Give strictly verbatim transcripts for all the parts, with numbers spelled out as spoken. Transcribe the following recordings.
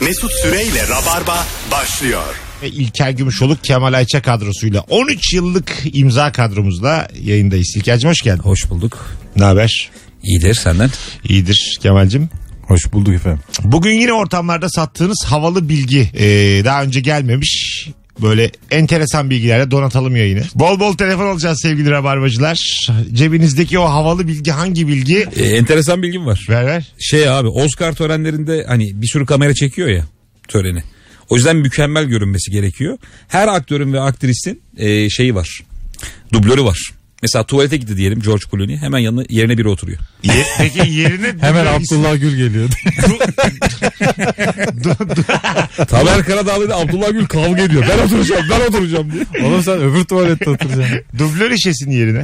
Mesut Süreyle Rabarba başlıyor. İlker Gümüşoluk, Kemal Ayça kadrosuyla on üç yıllık imza kadromuzla yayındayız. İlker'cim hoş geldin. Hoş bulduk. Ne haber? İyidir, senden? İyidir Kemal'cim. Hoş bulduk efendim. Bugün yine ortamlarda sattığınız havalı bilgi ee, daha önce gelmemiş. Böyle enteresan bilgilerle donatalım yayını. Bol bol telefon alacağız sevgili rabarbacılar. Cebinizdeki o havalı bilgi hangi bilgi? Ee, enteresan bilgim var. Ver ver. Şey abi, Oscar törenlerinde hani bir sürü kamera çekiyor ya töreni. O yüzden mükemmel görünmesi gerekiyor. Her aktörün ve aktrisin e, şeyi var. Dublörü var. Mesela tuvalete gitti diyelim George Clooney. Hemen yanına yerine biri oturuyor. Ye- Peki yerine... Hemen Abdullah Gül geliyor. Tamer Karadağlı ile Abdullah Gül kavga ediyor. Ben oturacağım, ben oturacağım diye. Oğlum sen öbür tuvalette oturacaksın. Dublör işesin yerine.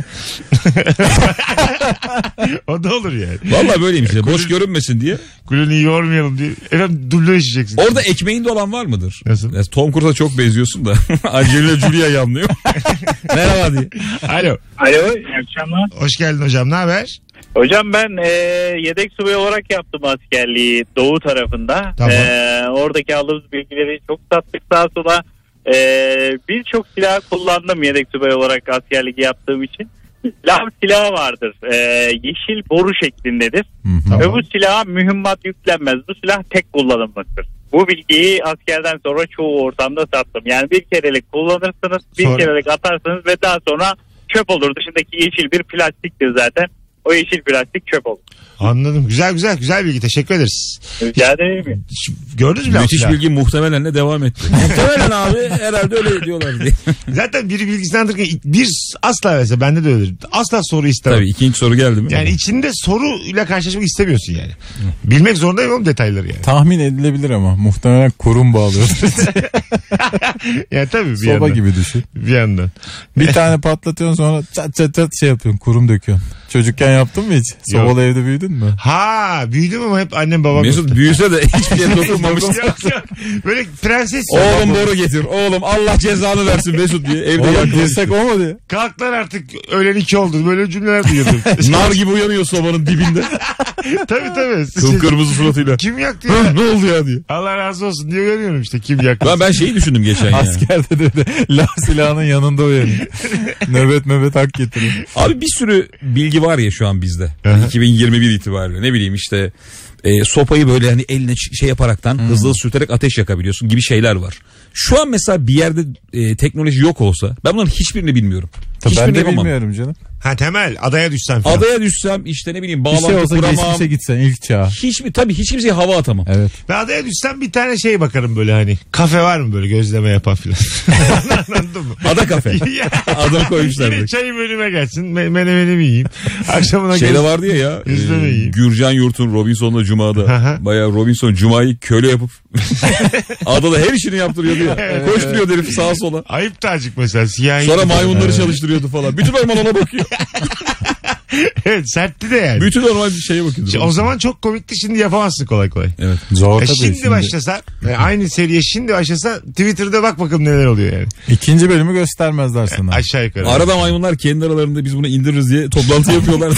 O da olur yani. Valla böyleymiş ya. Boş görünmesin diye. Clooney'i yormayalım diye. Efendim dublör işeceksin. Orada ekmeğinde olan var mıdır? Nasıl? Ya Tom Cruise'a çok benziyorsun da. Angelina Jolie'yi anlıyor. Merhaba diye. Alo. Alo, iyi akşamlar. Hoş geldin hocam, ne haber? Hocam ben e, yedek subay olarak yaptım askerliği Doğu tarafında. Tamam. E, oradaki aldığımız bilgileri çok sattık sağa sola. E, Birçok silah kullandım yedek subay olarak askerlik yaptığım için. Lav silahı vardır. E, yeşil boru şeklindedir. Tamam. Ve bu silaha mühimmat yüklenmez. Bu silah tek kullanımlıktır. Bu bilgiyi askerden sonra çoğu ortamda sattım. Yani bir kerelik kullanırsınız, bir Sonra... kerelik atarsınız ve daha sonra çöp olur. Dışındaki yeşil bir plastiktir zaten. O yeşil plastik çöp olur. Anladım. Güzel güzel güzel bilgi. Teşekkür ederiz. Rica ederim mi? Gördünüz mü? Müthiş bilgi muhtemelen de devam etti. Muhtemelen abi herhalde öyle diyorlar diye. Zaten biri bilgisini anlatırken bir asla mesela bende de öyle. Asla soru istemem. Tabii ikinci soru geldi mi? Yani içinde soruyla karşılaşmak istemiyorsun yani. Bilmek zorundayım oğlum detayları yani. Tahmin edilebilir ama muhtemelen kurum bağlıyor. Yani tabii bir Soba yandan. gibi düşün. Bir yandan. Bir tane patlatıyorsun sonra çat çat çat şey yapıyorsun, kurum döküyorsun. Çocukken yaptın mı hiç? Sobalı evde büyüdün mü? Ha büyüdüm ama hep annem babam. Mesut büyüse de hiçbir yere dokunmamış. Yok yok. Böyle prenses. Oğlum boru getir. Oğlum Allah cezanı versin Mesut diye. Evde Oğlum yaklaşıyor. dirsek o mu diye? Kalklar artık öğlen iki oldu. Böyle cümleler duyuyordum. Nar gibi uyanıyor sobanın dibinde. Tabii tabii. Kıpkırmızı suratıyla. Kim yaktı Hı, ya? ne oldu ya diye. Allah razı olsun diye görüyorum işte kim yaktı. Ben, ben şeyi düşündüm geçen ya. Askerde de lav silahının yanında uyanıyor. Nöbet nöbet hak getiriyor. Abi bir sürü bilgi var ya şu an bizde. Yani iki bin yirmi bir itibariyle ne bileyim işte e, sopayı böyle hani eline ç- şey yaparaktan hmm. hızlı sürterek ateş yakabiliyorsun gibi şeyler var. Şu an mesela bir yerde e, teknoloji yok olsa ben bunların hiçbirini bilmiyorum. Tabii Hiçbirini ben de yapamam. bilmiyorum canım. Ha Temel adaya düşsen falan. Adaya düşsem işte ne bileyim Bir bağlantı şey olsa kuramam. geçmişe gitsen ilk çağ. Hiçbir, tabii hiç kimseye hava atamam. Evet. Ben adaya düşsem bir tane şey bakarım böyle hani. Kafe var mı böyle gözleme yapan filan. Anladın mı? Ada kafe. Adını koymuşlar. Yine çayım önüme gelsin. Me- menemenimi yiyeyim. Akşamına Şeyde göz- vardı ya ya Yüzleme e, yiyeyim. Gürcan Yurt'un Robinson'la Cuma'da bayağı Robinson Cuma'yı köle yapıp adada her işini yaptırıyordu ya. Koşturuyordu herif sağa sola. Ayıp tacık mesela. Siyahi. Sonra maymunları çalıştırıyordu falan. Bütün orman ona bakıyor. Evet sertti de yani. Bütün orman bir şeye bakıyordu. Şimdi o zaman çok komikti, şimdi yapamazsın kolay kolay. Evet. Zor E tabii. şimdi, Şimdi başlasa e, aynı seriye şimdi başlasa Twitter'da bak bakalım neler oluyor yani. İkinci bölümü göstermezler sana. Aşağı yukarı. Arada maymunlar kendi aralarında biz bunu indiririz diye toplantı yapıyorlardı.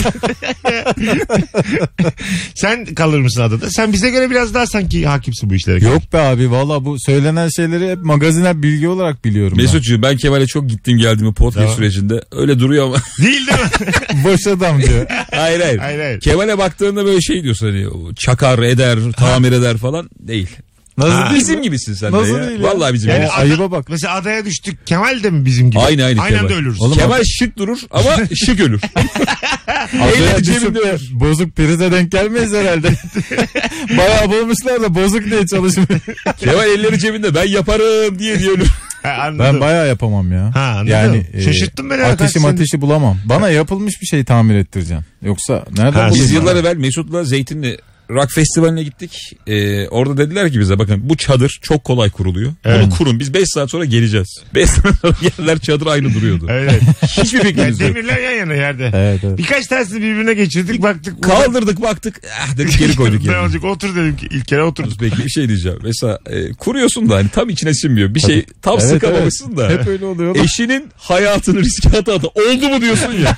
Sen kalır mısın adada? Sen bize göre biraz daha sanki hakimsin bu işlere. Yok be abi, valla bu söylenen şeyleri hep magazinel bilgi olarak biliyorum. Mesutcuğum ben Kemal'e çok gittim geldim podcast Tamam. sürecinde. Öyle duruyor ama. Değil değil mi? ben. Boş adam diyor. hayır hayır. Hayır, hayır. Kemal'e baktığında böyle şey diyorsun hani o çakar eder, tamir eder falan değil. Nasıl Ha. değil Bizim mi? gibisin sen Nasıl de ya. değil ya? Vallahi bizim Yani gibi. Aa, ayıba bak. Mesela adaya düştük. Kemal de mi bizim gibi? Aynı aynı Aynı Kemal. anda ölürüz. Oğlum, Kemal şık durur ama şık ölür. Adaya Eğlence düşüp cebinde var. bozuk prize denk gelmeyiz herhalde. Bayağı bulmuşlar da bozuk diye çalışmıyor. Kemal elleri cebinde ben yaparım diye diye ölür. Ha, anladım. Ben bayağı yapamam ya. Ha, anladım. Yani Şaşırttın beni. Ateşi Sen- ateşi bulamam. Bana yapılmış bir şey tamir ettireceğim. Yoksa nereden Ha, bulayım Biz ben? yıllar evvel Mesut'la Zeytin'le rock festivaline gittik. Ee, orada dediler ki bize bakın bu çadır çok kolay kuruluyor. Evet. Bunu kurun biz beş saat sonra geleceğiz. beş saat sonra yerler çadır aynı duruyordu. Evet. Hiçbir Yani fikrimiz yok. demirler yan yana yerde. Evet, evet. Birkaç tanesini birbirine geçirdik baktık. Kaldırdık baktık ah dedik geri koyduk Ne yani. olacak, otur dedim ki ilk kere otur. Peki bir şey diyeceğim. Mesela e, kuruyorsun da hani tam içine sinmiyor. Bir şey tam Evet, sıkamamışsın evet. da. Hep öyle oluyor. Eşinin hayatını riske ata ata oldu mu diyorsun ya.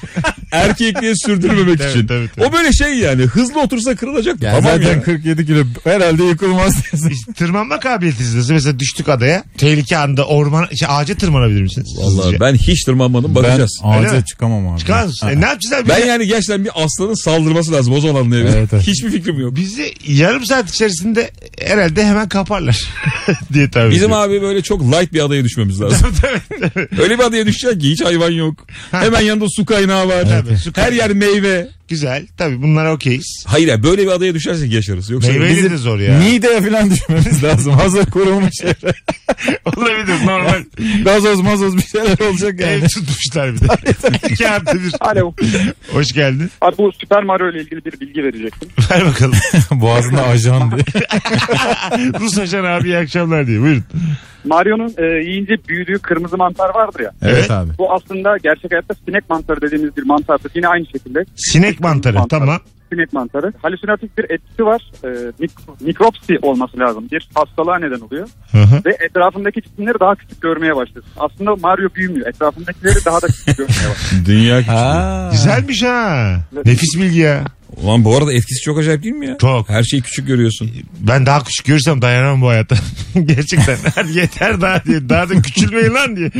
Erkekliğe sürdürmemek Tabii, için. tabii, tabii. O böyle şey yani hızlı otursa kırılacak. Ya Tamam zaten ya. kırk yedi kilo herhalde yıkılmaz diyorsun. Tırmanma kabiliyetiniz nasıl? Mesela düştük adaya. Tehlike anında orman, şey, ağaca tırmanabilir misiniz? Vallahi Hızlıca. ben hiç tırmanmadım, Ben bakacağız. Öyle ağaca mi? çıkamam abi. Çıkar mısın? Ha. E, ne yapacağız abi? Ben yani gerçekten bir aslanın saldırması lazım, o zaman anlayabilirim. Evet, evet. Hiçbir fikrim yok. Bizi yarım saat içerisinde herhalde hemen kaparlar diye tahmin Bizim ediyorum. abi böyle çok light bir adaya düşmemiz lazım. Öyle bir adaya düşecek ki hiç hayvan yok. Hemen yanında su kaynağı var. Tabii, su Her kaynağı. yer meyve. Güzel. Tabii bunlara okeyiz. Hayır ya, böyle bir adaya düşersek yaşarız. Yoksa Meyveyle bizim de zor ya. Niğde'ye falan düşmemiz lazım. Hazır kurulmuş şeyler. Olabilir normal. Gazoz mazoz bir şeyler olacak yani. Ev tutmuşlar bir de. İki artı bir. Alo. Hoş geldin. Abi bu Süper Mario ile ilgili bir bilgi verecektim. Ver bakalım. Boğazında ajan diye. Rus ajan abi iyi akşamlar diye. Buyurun. Mario'nun e, yiyince büyüdüğü kırmızı mantar vardır ya. Evet, Evet. abi. Bu aslında gerçek hayatta sinek mantarı dediğimiz bir mantardır. Yine aynı şekilde. Sinek mantarı. Tamam. Sinek mantarı. Halüsinatif bir etkisi var. E, mik- mikropsi olması lazım. Bir hastalığa neden oluyor. Hı hı. Ve etrafındaki cisimleri daha küçük görmeye başlıyorsun. Aslında Mario büyümüyor. Etrafındakileri daha da küçük görmeye başlıyor. dünya küçüğü. Ha. Güzelmiş ha. Nefis bilgi ya. Ulan bu arada etkisi çok acayip değil mi ya? Çok. Her şeyi küçük görüyorsun. Ben daha küçük görürsem dayanamam bu hayata. Gerçekten. Hadi yeter daha diye. Daha da küçülmeyin lan diye.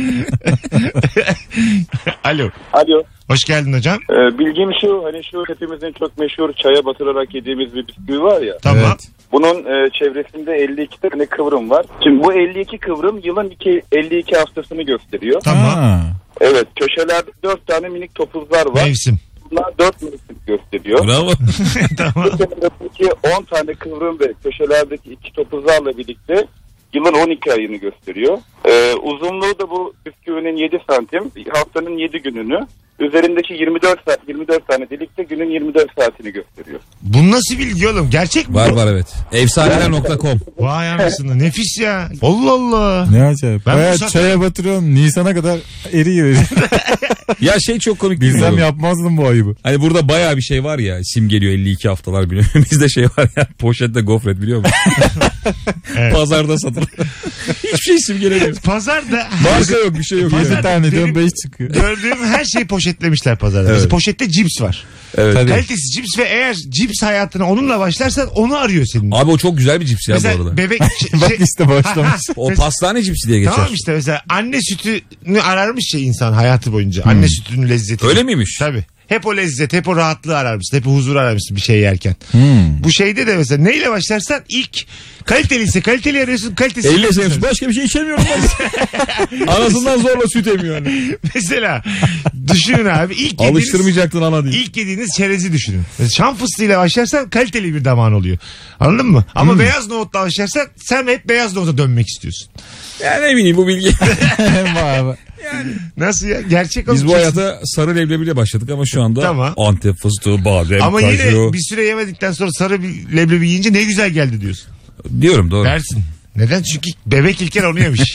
Alo. Alo. Hoş geldin hocam. Ee, bilgim şu, hani şu hepimizin çok meşhur çaya batırarak yediğimiz bir bisküvi var ya. Tamam. Evet. Bunun e, çevresinde elli iki tane kıvrım var. Şimdi bu elli iki kıvrım yılın iki, elli iki haftasını gösteriyor. Tamam. Ha. Evet, köşelerde dört tane minik topuzlar var. Mevsim. Bunlar dört minik gösteriyor. Bravo. Tamam. Köşelerdeki on tane kıvrım ve köşelerdeki iki topuzlarla birlikte yılın on iki ayını gösteriyor. Ee, uzunluğu da bu bisküvinin yedi santim. Haftanın yedi gününü. Üzerindeki yirmi dört saat, yirmi dört tane delikte günün yirmi dört saatini gösteriyor. Bu nasıl bilgi oğlum? Gerçek mi? Var bu? var evet. Efsaneler nokta com. Vay anasını. Nefis ya. Allah Allah. Ne acayip. Ben Bayağı bu saat- çaya batırıyorum. Nisan'a kadar eriyor. Ya şey çok komik değil mi? Bilsem oğlum? yapmazdım bu ayıbı. Hani burada bayağı bir şey var ya, sim geliyor elli iki haftalar biliyor. Bizde şey var ya, poşette gofret biliyor musun? Evet. Pazarda satılır. Hiçbir şey sim gelemiyor. Pazarda Marka yok, bir şey yok. Pazar- yani. Bir tane diyorum Benim- beş çıkıyor. gördüğüm her şeyi poşetlemişler pazarda. Evet. Mesela poşette cips var. Evet. Tabii. Kalitesiz cips ve eğer cips hayatına onunla başlarsan onu arıyor senin. Abi o çok güzel bir cips ya bu Mesela arada. bebek şey- Bak işte başlamış. Ha, ha. O Mesela- pastane cipsi diye geçer. Tamam işte mesela anne sütünü ararmış ya insan hayatı boyunca. Anne sütünün lezzeti. Öyle miymiş? Tabii. Hep o lezzet, hep o rahatlığı ararmışsın. Hep o huzur ararmışsın bir şey yerken. Hmm. Bu şeyde de mesela neyle başlarsan ilk kaliteliyse kaliteli arıyorsun, kalitesiz. Elle sevmiş. Başka bir şey içemiyorum ben. Anasından zorla süt emiyor yani. Mesela düşünün abi ilk yediğiniz, Alıştırmayacaktın ana diye. ilk yediğiniz çerezi düşünün. Mesela şan fıstığıyla başlarsan kaliteli bir damağın oluyor. Anladın mı? Ama beyaz nohutla başlarsan sen hep beyaz nohuta dönmek istiyorsun. Ya ne bileyim bu bilgi. Vay be. Nasıl ya? Gerçek Biz bu olacaksın. hayata sarı leblebiyle başladık ama şu anda Tamam. Antep fıstığı, badem, Ama kaju. yine bir süre yemedikten sonra sarı bir leblebi yiyince ne güzel geldi diyorsun. Diyorum doğru. Dersin. Neden? Çünkü bebek İlker onu yemiş.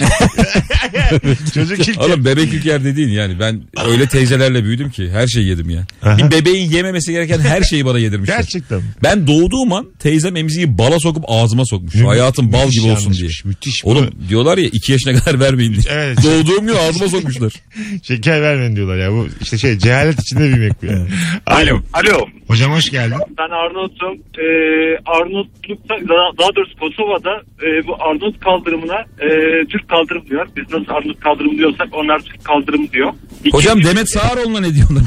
Çocuk İlker. Oğlum bebek İlker dediğin yani ben öyle teyzelerle büyüdüm ki her şeyi yedim ya. Aha. Bir bebeğin yememesi gereken her şeyi bana yedirmişler. Gerçekten. Ben doğduğum an teyzem emziği bala sokup ağzıma sokmuş. Mü- Hayatım bal müthiş gibi olsun diye. yanlışmış, müthiş. Oğlum diyorlar ya iki yaşına kadar vermeyin diye. Evet. Doğduğum gün ağzıma sokmuşlar. Şeker vermeyin diyorlar ya. Bu işte şey cehalet içinde büyümek bu yani. Alo. Alo. Hocam hoş geldin. Ben Arnavut'um. Ee, Arnavutluk'ta daha, daha doğrusu Kosova'da e, bu Arnavut kaldırımına e, Türk kaldırım diyor. Biz nasıl Arnavut kaldırım diyorsak onlar Türk kaldırım diyor. İkinci, Hocam Demet Sağaroğlu'na ne diyorlar?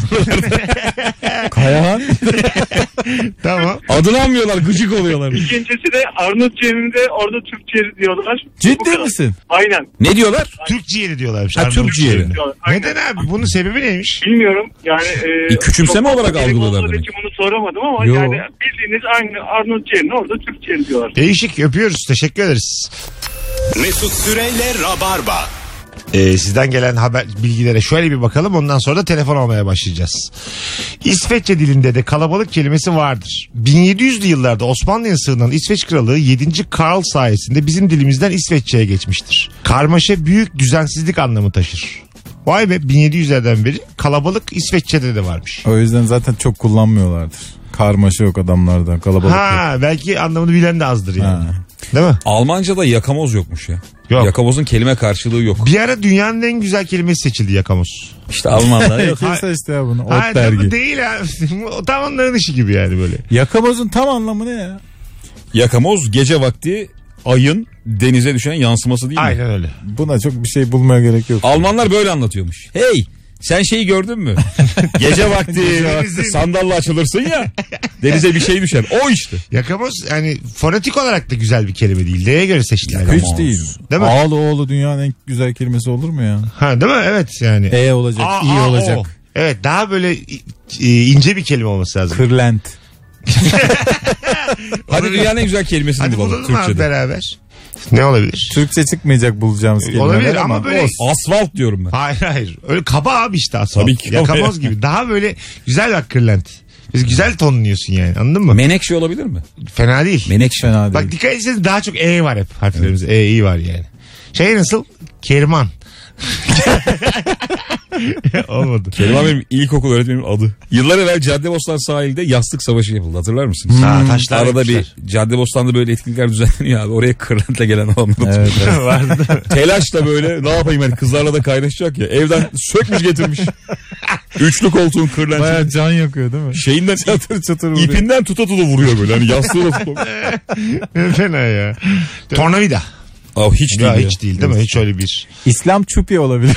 Kayahan. Tamam. Adını anmıyorlar, gıcık oluyorlar. İkincisi de Arnavut ceminde orada Türkçe diyorlar. Bu Ciddi kadar. misin? Aynen. Ne diyorlar? Türk ciğeri diyorlarmış. Ha, Arnavut Türk ciğeri. Diyorlar. Aynen. Neden abi? Bunun sebebi neymiş? Bilmiyorum yani. E, E, küçümseme çok olarak fazla algılıyorlar olduğu demek. için bunu soramadım ama Yo. yani bildiğiniz aynı Arnavut ciğerini orada Türk ciğeri diyorlar. Değişik öpüyoruz. Teşekkür ederiz. Mesut Süreyle Rabarba. Ee, sizden gelen haber bilgilere şöyle bir bakalım. Ondan sonra da telefon almaya başlayacağız. İsveççe dilinde de kalabalık kelimesi vardır. bin yedi yüzlü yıllarda Osmanlı'ya sığınan İsveç Kralı yedinci Karl sayesinde bizim dilimizden İsveççe'ye geçmiştir. Karmaşa büyük düzensizlik anlamı taşır. Vay be bin yedi yüzlerden beri kalabalık İsveççe'de de varmış. O yüzden zaten çok kullanmıyorlardır. Karmaşa yok adamlarda. Kalabalık yok. Ha belki anlamını bilen de azdır yani. Ha. Değil mi? Almanca'da yakamoz yokmuş ya. Yok. Yakamozun kelime karşılığı yok. Bir ara dünyanın en güzel kelimesi seçildi yakamoz. İşte Almanlar yok. Kim seçti ya bunu? Ot Hayır dergi. bu değil abi. O tam onların işi gibi yani böyle. Yakamozun tam anlamı ne ya? Yakamoz gece vakti ayın denize düşen yansıması değil mi? Aynen öyle. Buna çok bir şey bulmaya gerek yok. Almanlar böyle anlatıyormuş. Hey sen şeyi gördün mü? Gece vakti Denizin- sandalla açılırsın ya. Denize bir şey düşer. O işte. Yakamoz yani fonetik olarak da güzel bir kelime değil. Neye göre seçtiler? Hiç Yakamoz? değil. Değil mi? Ağlı oğlu dünyanın en güzel kelimesi olur mu ya? Ha değil mi? Evet yani. E olacak, Aa, iyi aa, olacak. o. Evet daha böyle e, ince bir kelime olması lazım. Kırlent. Hadi dünyanın en güzel kelimesini Hadi bulalım bulalım abi Türkçe'de. beraber. Ne olabilir? Türkçe çıkmayacak bulacağımız kelimeler Olabilir ama, ama böyle- olsun. Asfalt diyorum ben. Hayır hayır. Öyle kaba abi işte asfalt. Tabii ki kaba Yakamoz ya. gibi. Daha böyle güzel bak kırlent. Biz güzel tonluyorsun yani anladın mı? Menekşe olabilir mi? Fena değil. Menekşe. Fena Bak değil. dikkat etseniz daha çok E var hep harflerimizde. E, İ var yani. Şey nasıl? Kerman. Olmadı. Kerman benim ilkokul öğretmenimin adı. Yıllar evvel Caddebostan sahilde yastık savaşı yapıldı hatırlar mısınız? Ha, taşlar Arada yapmışlar. bir Caddebostan'da böyle etkinlikler düzenleniyor abi. Oraya kırlentle gelen adamlar. Evet, evet. Vardı. Telaşla böyle ne yapayım hani kızlarla da kaynaşacak ya. Evden sökmüş getirmiş. Üçlü koltuğun kırlenti. Baya can yakıyor değil mi? Şeyinden Çatır çatır vuruyor. ipinden tuta tuta vuruyor böyle. Hani yastığı da tutuyor. Ne fena ya. Tornavida. Abi hiç değil Ya, ya. hiç değil değil mi? Hiç öyle bir. İslam çupi olabilir.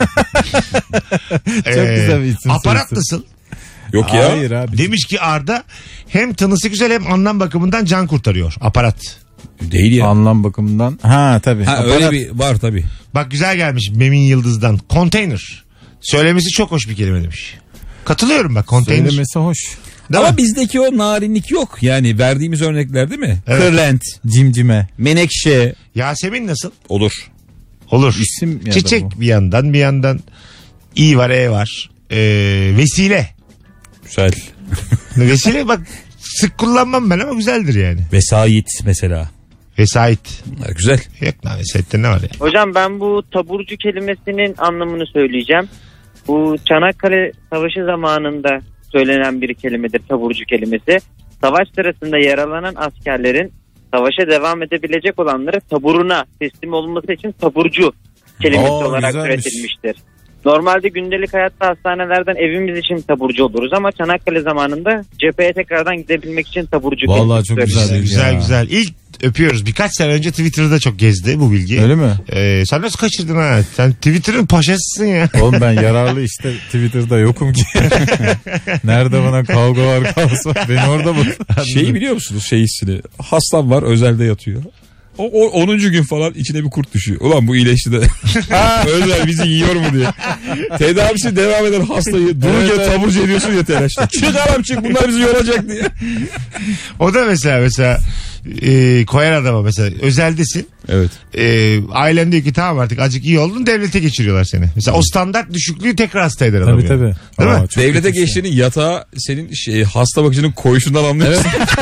Çok Ee, güzel bir isim. Aparat sorusu. nasıl? Yok ya. Hayır abi. Demiş ki Arda hem tınısı güzel hem anlam bakımından can kurtarıyor. Aparat. Değil ya. Anlam bakımından. Ha tabii. Ha, Aparat. öyle bir var tabii. Bak güzel gelmiş Memin Yıldız'dan. Konteyner. Söylemesi çok hoş bir kelime demiş. Katılıyorum bak konteyner. Söylemesi hoş. Değil Ama mi? bizdeki o narinlik yok. Yani verdiğimiz örnekler değil mi? Evet. Kırlent, Cimcime. menekşe Yasemin nasıl? olur. Olur. İsim ya da Çiçek bu. bir yandan bir yandan İ var E var. Ee, vesile. Güzel. Vesile bak sık kullanmam ben ama güzeldir yani. Vesait mesela. Vesait. Ha, güzel. Yok lan vesaitte ne var ya? Hocam ben bu taburcu kelimesinin anlamını söyleyeceğim. Bu Çanakkale Savaşı zamanında söylenen bir kelimedir taburcu kelimesi. Savaş sırasında yaralanan askerlerin savaşa devam edebilecek olanları taburuna teslim olması için taburcu kelimesi Oo, olarak güzelmiş. üretilmiştir. Normalde gündelik hayatta hastanelerden evimiz için taburcu oluruz ama Çanakkale zamanında cepheye tekrardan gidebilmek için taburcu Vallahi kelimesi çok söylenir. güzel. Güzel Ya. güzel. İlk öpüyoruz. Birkaç sene önce Twitter'da çok gezdi bu bilgi. Öyle mi? Ee, sen nasıl kaçırdın ha? Sen Twitter'ın paşasısın ya. Oğlum ben yararlı işte Twitter'da yokum ki. Nerede bana kavga var kaos var. Beni orada bul. Şeyi biliyor musunuz şey hissini? Hastam var özelde yatıyor. O, o onuncu gün falan içine bir kurt düşüyor. Ulan bu iyileşti de. Özel bizi yiyor mu diye. Tedavisi devam eden hastayı dururken Evet, taburcu ediyorsun ya telaşla. Çık adam çık bunlar bizi yoracak diye. O da mesela mesela e, koyar adama mesela özeldesin. Evet. E, ailen diyor ki tamam artık azıcık iyi oldun devlete geçiriyorlar seni. Mesela o standart düşüklüğü tekrar hasta eder adamı. Tabii yani. tabii. Değil mi? Aa, çok Devlete kötü. geçtiğinin yatağı senin şey, hasta bakıcının koyuşundan anlıyorsun.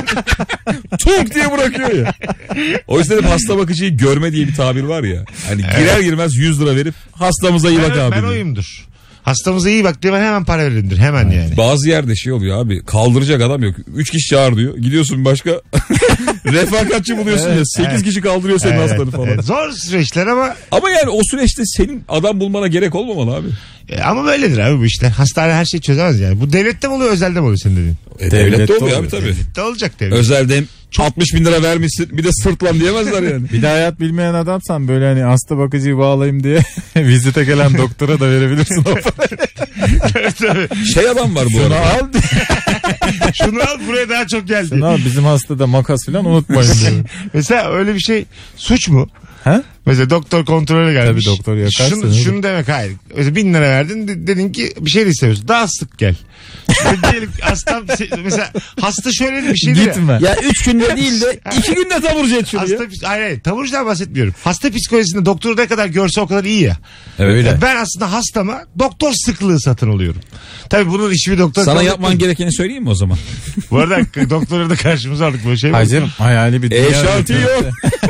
Tunk diye bırakıyor ya. O yüzden hep hasta bakıcıyı görme diye bir tabir var ya. Hani girer girmez yüz lira verip hastamıza iyi bak Ben, abi. ben diyor. oyumdur. Hastamıza iyi bak diye ben hemen para veririmdir. Hemen yani. Bazı yerde şey oluyor abi kaldıracak adam yok. Üç kişi çağır diyor. Gidiyorsun başka refakatçi buluyorsun ya. Sekiz evet. kişi kaldırıyor senin Evet, hastanı falan. evet. Zor süreçler ama Ama yani o süreçte senin adam bulmana gerek olmamalı abi. e, ama böyledir abi bu işler. Hastane her şeyi çözemez yani. Bu devlette mi oluyor özelde mi oluyor senin dediğin? E, Devlette devlette oluyor oluyor. abi tabii. Devlette olacak devlet. Özelde hem altmış bin lira vermişsin bir de sırtlan diyemezler yani. Bir de hayat bilmeyen adamsan böyle hani hasta bakıcıyı bağlayayım diye vizite gelen doktora da verebilirsin o parayı. Şey adam var bu Şunu arada. al, Şunu al buraya daha çok geldi. şunu al bizim hastada makas falan unutmayın diyor. Mesela öyle bir şey suç mu? He? Mesela doktor kontrole gelmiş. Tabii doktor yakarsa Şunu, ne şunu demek hayır. Mesela bin lira verdin de- dedin ki bir şey de istemiyorsun. Daha sık gel. Şimdi diyelim hastam mesela hasta şöyle bir şey Gitme. Ya üç günde değil de iki günde taburcu et şunu ya. Hasta, hayır hayır taburcudan bahsetmiyorum. Hasta psikolojisinde doktoru ne kadar görse o kadar iyi ya. Öyle. Ya ben aslında hastama doktor sıklığı satın alıyorum. Tabii bunun işi bir doktor. Sana kaldı. yapman gerekeni söyleyeyim mi o zaman? Bu arada doktorları da karşımıza aldık böyle şey mi? Hacım hayali bir dünya. Eşantiyon.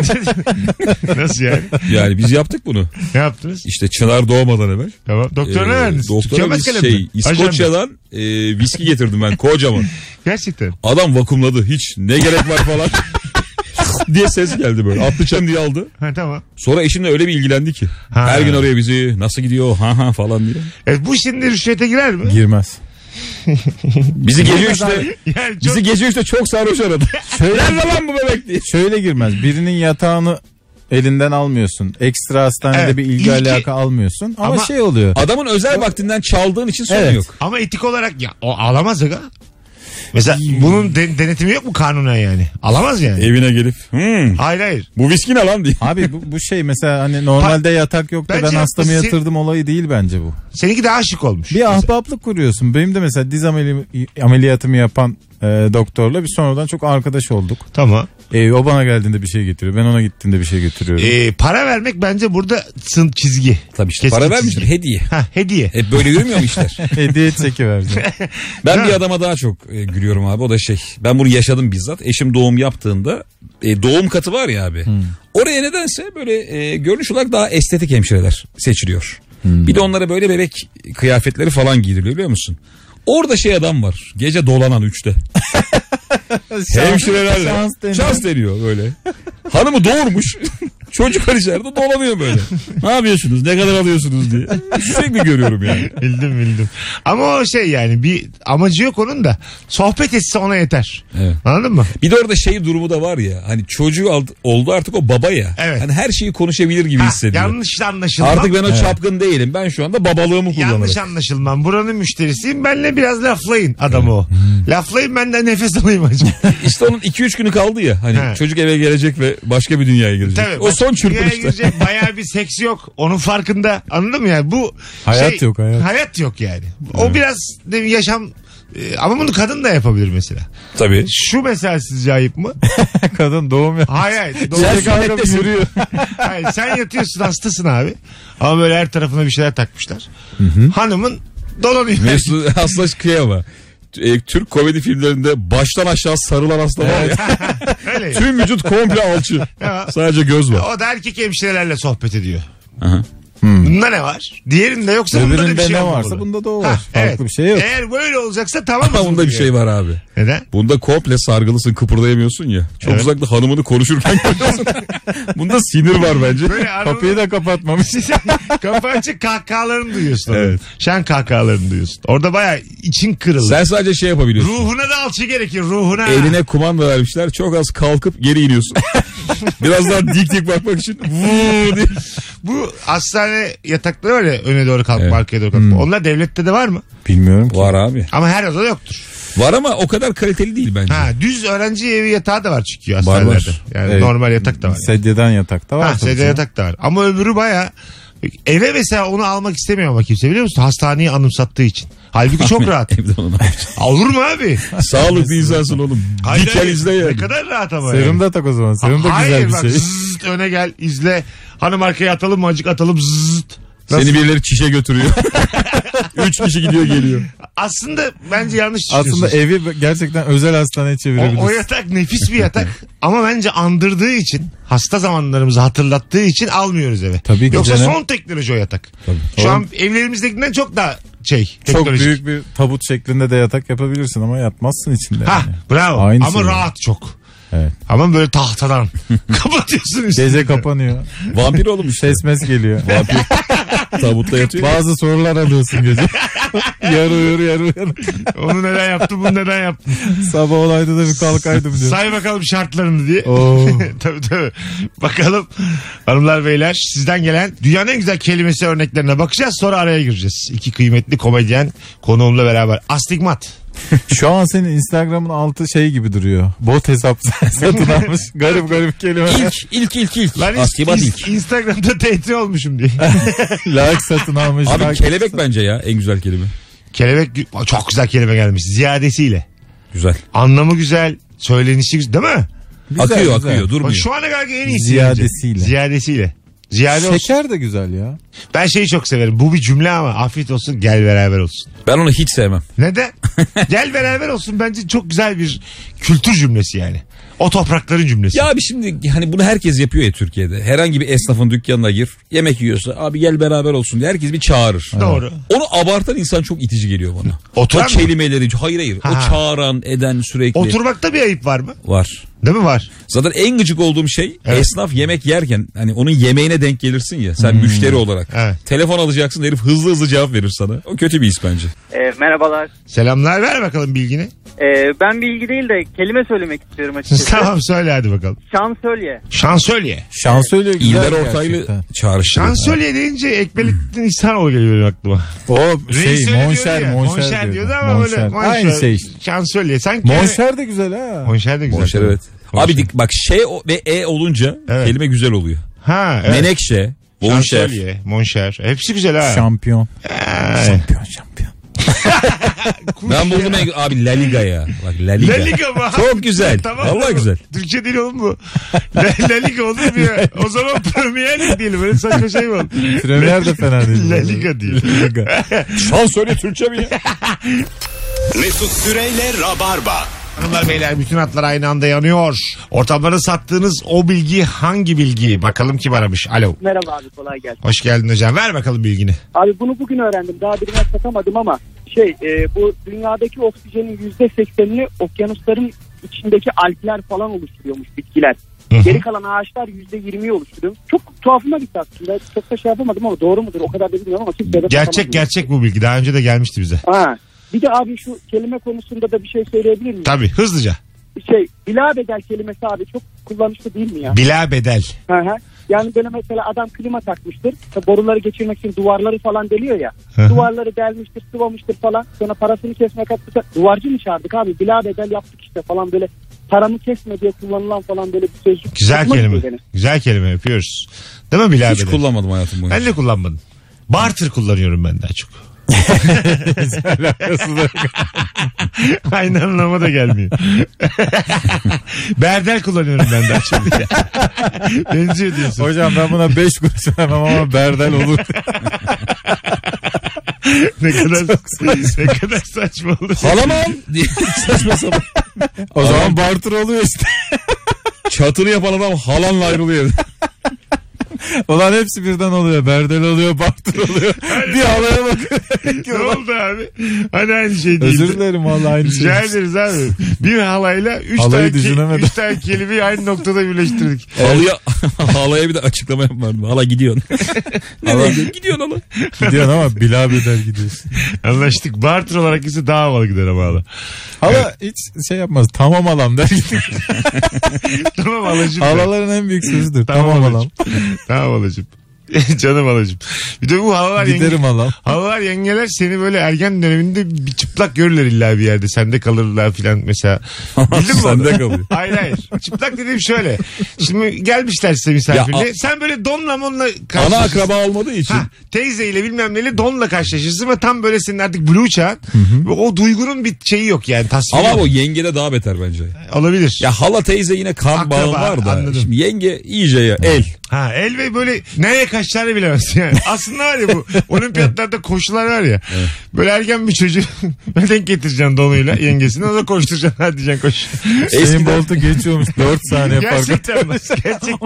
Nasıl yani? Yani biz yaptık bunu. Ne yaptınız? İşte Çınar doğmadan evvel. Tamam. Doktora ne Ee, verdiniz? Doktora Tükenmez biz kalem şey mi? İskoçya'dan e, viski getirdim ben kocaman. Gerçekten. Adam vakumladı hiç ne gerek var falan. diye ses geldi böyle. Atlayacağım diye aldı. Ha, tamam. Sonra eşimle öyle bir ilgilendi ki. Ha. Her gün arıyor bizi. Nasıl gidiyor? Ha ha falan diye. Evet, bu şimdi rüşvete girer mi? Girmez. Bizi gece üçte Yani çok... bizi gece üçte çok sarhoş aradı. Şöyle, Nerede lan bu bebek diye. şöyle girmez. Birinin yatağını elinden almıyorsun. Ekstra hastanede Evet, bir ilgi ilgi- alaka almıyorsun. Ama, Ama- şey oluyor. Adamın özel vaktinden çaldığın için sorun Evet. yok. Ama etik olarak ya, o alamaz aga. Mesela bunun de- denetimi yok mu kanunen yani? Alamaz yani. Evine gelip hmm, Hayır hayır. bu viski ne lan diye. Abi bu, bu şey mesela hani normalde yatak yok da ben Bence hastamı sen- yatırdım olayı değil bence bu. Seninki daha şık olmuş. Bir ahbaplık kuruyorsun. Benim de mesela diz ameli- ameliyatımı yapan e, doktorla bir sonradan çok arkadaş olduk. Tamam. E, o bana geldiğinde bir şey getiriyor. Ben ona gittiğinde bir şey getiriyorum. Ee, para vermek bence burada sın çizgi. Tabii işte Keskin para vermiştir çizgi. hediye. Ha, hediye. Hep böyle yürümüyor mu işler? Hediye çeki vereceğim. Ben Ha. bir adama daha çok e, gülüyorum abi. O da şey. Ben bunu yaşadım bizzat. Eşim doğum yaptığında e, doğum katı var ya abi. Oraya nedense böyle e, görünüş olarak daha estetik hemşireler seçiliyor. Bir de onlara böyle bebek kıyafetleri falan giydiriliyor biliyor musun? Orada şey adam var. Gece dolanan üçte. Hemşirelerle. Şans deniyor. Şans deniyor böyle. Hanımı doğurmuş. Çocuklar içeride dolanıyor böyle. Ne yapıyorsunuz? Ne kadar alıyorsunuz diye. Sürekli görüyorum yani. Bildim bildim. Ama o şey yani bir amacı yok onun da. Sohbet etse ona yeter. Evet. Anladın mı? Bir de orada şey durumu da var ya. Hani çocuğu aldı- oldu artık o baba ya. Evet. Hani her şeyi konuşabilir gibi Ha, hissediyor. yanlış anlaşılmam. Artık ben o çapkın değilim. Ben şu anda babalığımı kullanırım. Yanlış anlaşılmam. Buranın müşterisiyim. Benle biraz laflayın adamı o. Laflayın, ben de nefes alayım acaba. İşte onun iki üç günü kaldı ya. Hani He. çocuk eve gelecek ve başka bir dünyaya girecek. Tabii, o son başka dünyaya çırpınışta. girecek, bayağı bir seks yok. Onun farkında. Anladın mı yani? Bu Hayat yok, hayat. Hayat yok yani. O biraz de yaşam e, ama bunu kadın da yapabilir mesela. Tabii. Şu mesela sizce ayıp mı? Kadın doğum yap. Hayır hayır. Sen Doğru. sünnettesin. yürüyor. Hayır, sen yatıyorsun, hastasın abi. Ama böyle her tarafına bir şeyler takmışlar. Hanımın dolanıyor. Mesut Haslaş kıyama. E, Türk komedi filmlerinde baştan aşağı sarılan hasta var ya. Öyle. Tüm vücut komple alçı. Ya. Sadece göz var. O da erkek hemşirelerle sohbet ediyor. Aha. Bunda ne var? Diğerinde yoksa bunda da bir Öbüründe şey ne olmamalı. varsa bunda da o var. Ha, Farklı evet. bir şey yok. Eğer böyle olacaksa tamam mı? Ama bunda bir şey var abi. Neden? Bunda komple sargılısın, kıpırdayamıyorsun ya. Çok Evet. uzakta hanımını konuşurken görüyorsun. Bunda sinir var bence. Böyle anladın Kapıyı mı? da kapatmamış. Kapı açık kahkahalarını duyuyorsun. Evet. Evet. Şen kahkahalarını duyuyorsun. Orada bayağı için kırılır. Sen sadece şey yapabiliyorsun. Ruhuna da alçı gerekir, ruhuna. Eline kumanda vermişler. Çok az kalkıp geri iniyorsun. Biraz daha dik dik bakmak için. Vuu diye. Bu hastane yatakları var ya, öne doğru kalkma, Evet. arkaya doğru kalkma. Onlar devlette de var mı? Bilmiyorum ki. Var abi. Ama her odada yoktur. Var ama o kadar kaliteli değil bence. Ha, düz öğrenci evi yatağı da var çünkü Var, hastanelerde. var. Yani Evet. normal yatak da var. Yani. Sedyeden yatakta var. Ha, tabii sedye canım. yatak da var. Ama öbürü baya eve mesela onu almak istemiyor ama kimse, biliyor musun? Hastaneyi anımsattığı için. Halbuki çok rahat. Evde onu ne yapacaksın? Olur mu abi? Sağlıklı insansın oğlum. Hayır, Dikel hayır. izle Ne yani. kadar rahat ama. Serum yani. da tak o zaman. Serum da Hayır, güzel bir bak, şey. zzzzt, öne gel izle. Hanım arkaya atalım mı, acık atalım zzzzt. Nasıl? Seni birileri çişe götürüyor. Üç kişi gidiyor geliyor. Aslında bence yanlış düşünüyorsunuz. Aslında evi gerçekten özel hastaneye o, çevirebiliriz. o yatak nefis bir yatak ama bence andırdığı için, hasta zamanlarımızı hatırlattığı için almıyoruz eve. Tabii ki Yoksa canım. son teknoloji o yatak. Tabii. Şu an evlerimizdekinden çok daha şey Çok teknolojik. büyük bir tabut şeklinde de yatak yapabilirsin ama yatmazsın içinde. Ha, yani. bravo. Aynı ama şey. rahat çok. Evet. Ama böyle tahtadan kapatıyorsun üstüne. Gece kapanıyor. Vampir oğlum işte. Ses mes geliyor. Vampir. Tabutta yatıyor. Bazı sorular alıyorsun gece. yarı uyur yarı uyanık. Onu neden yaptın, bunu neden yaptın? Sabah olayda da bir kalkaydım diyor. Say bakalım şartlarını diye. Oo. tabii tabii. Bakalım hanımlar beyler, sizden gelen dünyanın en güzel kelimesi örneklerine bakacağız. Sonra araya gireceğiz. İki kıymetli komedyen konuğumla beraber. Astigmat. Şu an senin Instagram'ın altı şey gibi duruyor. Bot hesap satın almış. Garip garip kelime. İlk, ilk, ilk, ilk. Lan Askibat is- ilk. Instagram'da T T olmuşum diye. Like satın almış. Abi like- kelebek bence ya en güzel kelime. Kelebek gü- çok güzel kelime gelmiş. Ziyadesiyle. Güzel. Anlamı güzel. Söylenişi güzel. Değil mi? Güzel, akıyor güzel. akıyor Bak, durmuyor. şu ana kadar en iyisi. Ziyadesiyle. bence. Ziyadesiyle. Ziyade olsun. Şeker de güzel ya. Ben şeyi çok severim. Bu bir cümle ama afiyet olsun gel beraber olsun. Ben onu hiç sevmem. Neden? Gel beraber olsun bence çok güzel bir kültür cümlesi yani. O toprakların cümlesi. Ya abi şimdi hani bunu herkes yapıyor ya Türkiye'de. Herhangi bir esnafın dükkanına gir. Yemek yiyorsa abi gel beraber olsun diye herkes bir çağırır. Doğru. Onu abartan insan çok itici geliyor bana. Oturan o mı? kelimeleri hayır hayır. Ha. O çağıran eden sürekli. Oturmakta bir ayıp var mı? Var. Değil mi var? Zaten en gıcık olduğum şey Evet. esnaf yemek yerken hani onun yemeğine denk gelirsin ya sen müşteri olarak. Evet. Telefon alacaksın herif hızlı hızlı cevap verir sana. O kötü bir his bence. E, merhabalar. Selamlar ver bakalım bilgini. E, ben bilgi değil de kelime söylemek istiyorum açıkçası. Tamam söyle hadi bakalım. Şansölye. Şansölye. Şansölye güzel İlber gerçekten. Ortaylı çağrıştırıyor. Şansölye deyince Ekmelettin İhsanoğlu geliyor benim aklıma. O Reis şey öyle diyordu monşer ya, monşer, monşer diyordu diyordu. ama Monşer. böyle monşer. Aynı şey işte. Şansölye. Sanki Monşer de güzel ha. Monşer de güzel. Monşer evet. Monşer. Abi dik, bak şey o- ve e olunca Evet. kelime güzel oluyor. Ha evet. Menekşe, monşer. Şansölye, monşer. Hepsi güzel ha. Şampiyon. Ay. Şampiyon şampiyon. Ben buldum en, abi La Liga ya. Bak La Liga. La Liga mı? Çok güzel. Tamam. Vallahi güzel. Türkçe değil oğlum bu. La, La Liga olur mu ya? O zaman Premier Lig değil. Böyle saçma şey mi olur? Premier de fena değil. La Liga değil. La Liga. Şans öyle Türkçe mi ya? Mesut Süreyle Rabarba. Hanımlar beyler bütün hatlar aynı anda yanıyor. Ortamlara sattığınız o bilgi hangi bilgi? Bakalım kim aramış. Alo. Merhaba abi, kolay gelsin. Hoş geldin hocam. Ver bakalım bilgini. Abi bunu bugün öğrendim. Daha birine satamadım ama şey e, bu dünyadaki oksijenin yüzde seksenini okyanusların içindeki algler falan oluşturuyormuş, bitkiler. Hı hı. Geri kalan ağaçlar yüzde yirmiyi oluşturuyor. Çok tuhafıma gitti aslında. Çok da şey yapamadım ama doğru mudur o kadar da bilmiyorum ama kimseye de Gerçek satamadım. gerçek bu bilgi. Daha önce de gelmişti bize. Ha. Bir de abi şu kelime konusunda da bir şey söyleyebilir miyim? Tabii hızlıca. Şey, bilabedel kelimesi abi çok kullanışlı değil mi ya? Bila bedel. Hı hı. Yani böyle mesela adam klima takmıştır. Boruları geçirmek için duvarları falan deliyor ya. Hı hı. Duvarları delmiştir, sıvamıştır falan. Sonra parasını kesmek hakkında duvarcı mı çağırdık abi? Bilabedel yaptık işte falan böyle. Paramı kesme diye kullanılan falan böyle bir sözcük. Güzel Hoşuma kelime. gidiyor benim. Güzel kelime yapıyoruz. Değil mi bila Hiç bedel? kullanmadım hayatım boyunca. Ben de kullanmadım. Barter kullanıyorum ben daha çok. Aynı anlama da gelmiyor. Berdel kullanıyorum ben daha çok. Benziyor diyorsun. Hocam ben buna beş kuruş vermem ama berdel olur. ne kadar ne kadar saçma olur. Halamam diye saçma sapan. O zaman barter oluyor işte. Çatını yapan adam halanla ayrılıyor. Ulan hepsi birden oluyor. Berdel oluyor, barter oluyor. Bir halaya bakıyor. Ne oldu abi? Hani aynı şey değil. Özür dilerim vallahi aynı şey. Rica ederiz abi. Bir halayla üç Halayı tane, ke- düşünemedim. üç tane kelimeyi aynı noktada birleştirdik. Halıya, halaya bir de açıklama yapmadım. Hala gidiyorsun. Hala gidiyorsun hala. Gidiyorsun ama bilabedel gidiyorsun. Anlaştık. Barter olarak ise daha havalı gider ama hala. Hala hiç şey yapmaz. Tamam alam der gidiyor. Tamam halacığım. Halaların en büyük sözüdür. Tamam Tamam alam. halacığım. Tamam halacığım. Canım halacığım. Bir de bu halalar yenge, Giderim alam. halalar yengeler seni böyle ergen döneminde bir çıplak görürler illa bir yerde. Sende kalırlar filan mesela. Bildin mi Sende onu? kalıyor. Hayır hayır. Çıplak dediğim şöyle. Şimdi gelmişler size misafirle. Ya, a- Sen böyle donla monla Ana karşılaşırsın. akraba olmadığı için. Ha, teyzeyle bilmem neyle donla karşılaşırsın ve tam böyle senin artık blue çağın. Ve o duygunun bir şeyi yok yani tasviri Ama yok. o yengede daha beter bence. Olabilir. Ya hala teyze yine kan Akraba, bağı var da. anladım. Şimdi yenge iyice ya el. Ha el ve böyle nereye kaçacağını bilemezsin yani. Aslında var ya bu olimpiyatlarda koşular var ya. Böyle ergen bir çocuğu denk getireceksin donuyla yengesini o da koşturacaksın hadi diyeceksin koş. Şeyin Bolt'u geçiyormuş dört saniye farkı. Gerçekten bak gerçekten.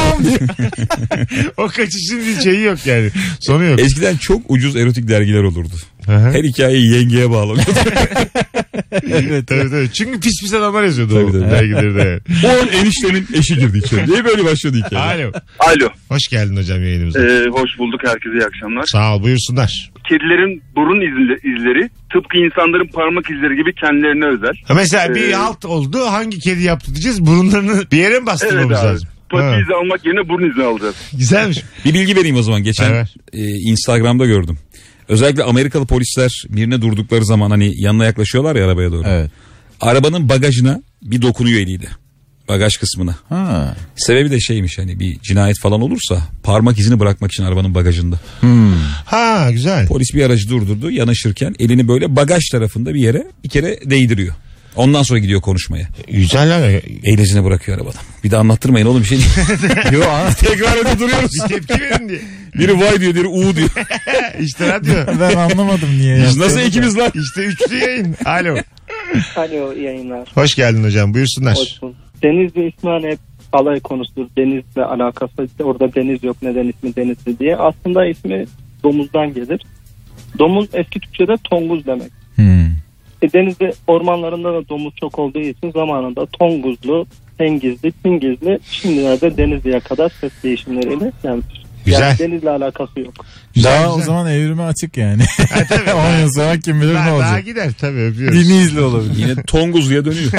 O kaçışın bir şeyi yok yani. Sonu yok. Eskiden çok ucuz erotik dergiler olurdu. Aha. Her hikayeyi yengeye bağlanıyordu. Evet, tabii, tabii. Çünkü pis pis adamlar yazıyordu Tabii, o tabii. dergilerde. O an eniştenin eşi girdi içeri. Niye böyle başladı hikaye? Alo. Alo. Hoş geldin hocam yayınımıza. Ee, hoş bulduk herkese, iyi akşamlar. Sağ ol buyursunlar. Kedilerin burun izle- izleri tıpkı insanların parmak izleri gibi kendilerine özel. Ha, mesela bir Ee, halt oldu hangi kedi yaptı diyeceğiz burunlarını bir yere mi Evet bastırmamız abi. lazım? Pati Ha, izi almak yerine burun izni alacağız. güzelmiş. Bir bilgi vereyim o zaman. Geçen Evet. e, Instagram'da gördüm. Özellikle Amerikalı polisler birine durdukları zaman hani yanına yaklaşıyorlar ya arabaya doğru. Evet. Arabanın bagajına bir dokunuyor eliyle. Bagaj kısmına. Ha. Sebebi de şeymiş hani bir cinayet falan olursa parmak izini bırakmak için arabanın bagajında. Ha güzel. Polis bir aracı durdurdu yanaşırken elini böyle bagaj tarafında bir yere bir kere değdiriyor. Ondan sonra gidiyor konuşmaya. Güzel abi. Ehliyetini bırakıyor arabadan. Bir de anlattırmayın oğlum bir şey değil. Yok tekrar edip duruyoruz. Tepki verin diye. Biri vay diyor, diğeri u diyor. İşte radyo. Ben anlamadım niye Biz yaptığını nasıl da. ikimiz lan? İşte üçlü yayın. Alo. Alo, iyi yayınlar. Hoş geldin hocam, buyursunlar. Hoş bulduk. Denizli ismi hani hep alay konusudur. Denizle alakası, orada deniz yok, neden ismi Denizli diye. Aslında ismi domuzdan gelir. Domuz eski Türkçe'de tonguz demek. Hmm. E, Denizli ormanlarında da domuz çok olduğu için zamanında Tonguzlu, Tengizli, Tingizli, şimdilerde Denizli'ye kadar ses değişimleriyle gelmiş. Güzel. Yani Denizli alakası yok. Güzel, Daha güzel. o zaman evrime açık yani. Ha, tabii. on yıl sonra kim bilir Daha, ne daha olacak. gider tabii, öpüyoruz. Denizli olabilir. Yine Tonguzlu'ya dönüyor.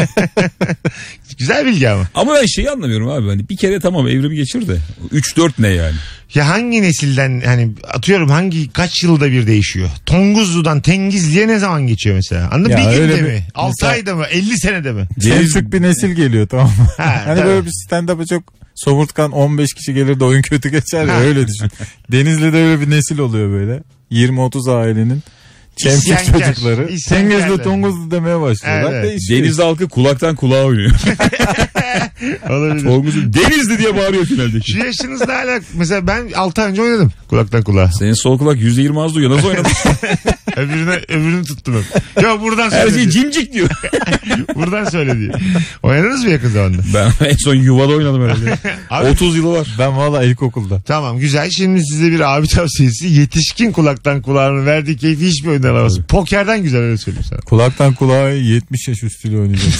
Güzel bilgi ama. Ama ben şeyi anlamıyorum abi. Hani bir kere tamam evrimi geçir de. üç dört ne yani? Ya hangi nesilden, hani atıyorum hangi kaç yılda bir değişiyor? Tonguzlu'dan Tengizli'ye ne zaman geçiyor mesela? Anladın mı? Ya Bir öyle günde bir- mi? altı mesela- ayda mı? elli senede mi? Çelçük bir nesil geliyor tamam mı? Ha, hani tabii. böyle bir stand-up'a çok somurtkan on beş kişi gelir de oyun kötü geçer ya Ha. öyle düşün. Denizli'de öyle bir nesil oluyor böyle. yirmi otuz ailenin çemçük İsyankar, çocukları. isyankar Tengizli da. tonguzlu demeye başlıyorlar. Evet. Değişiyor. Denizli halkı kulaktan kulağa oynuyor. Olabilir. Tonguzlu Denizli diye bağırıyor finaldeki. Şu yaşınızda hala mesela ben altı ay önce oynadım kulaktan kulağa. Senin sol kulak yüzde yirmi az duyuyor. Nasıl oynadın? Öbürüne, öbürünü tuttum hep. Yok buradan Her söyle şey diyor. cimcik diyor. Buradan söyle diyor. Oynadınız mı yakın zamanda? Ben en son yuvada oynadım herhalde. Abi- otuz yılı var. Ben valla ilkokulda. Tamam güzel. Şimdi size bir abi tavsiyesi. Yetişkin kulaktan kulağının verdiği keyfi hiçbir oyunda alamaz. Pokerden güzel, öyle söyleyeyim sana. Kulaktan kulağa yetmiş yaş üstüyle oynayacağız.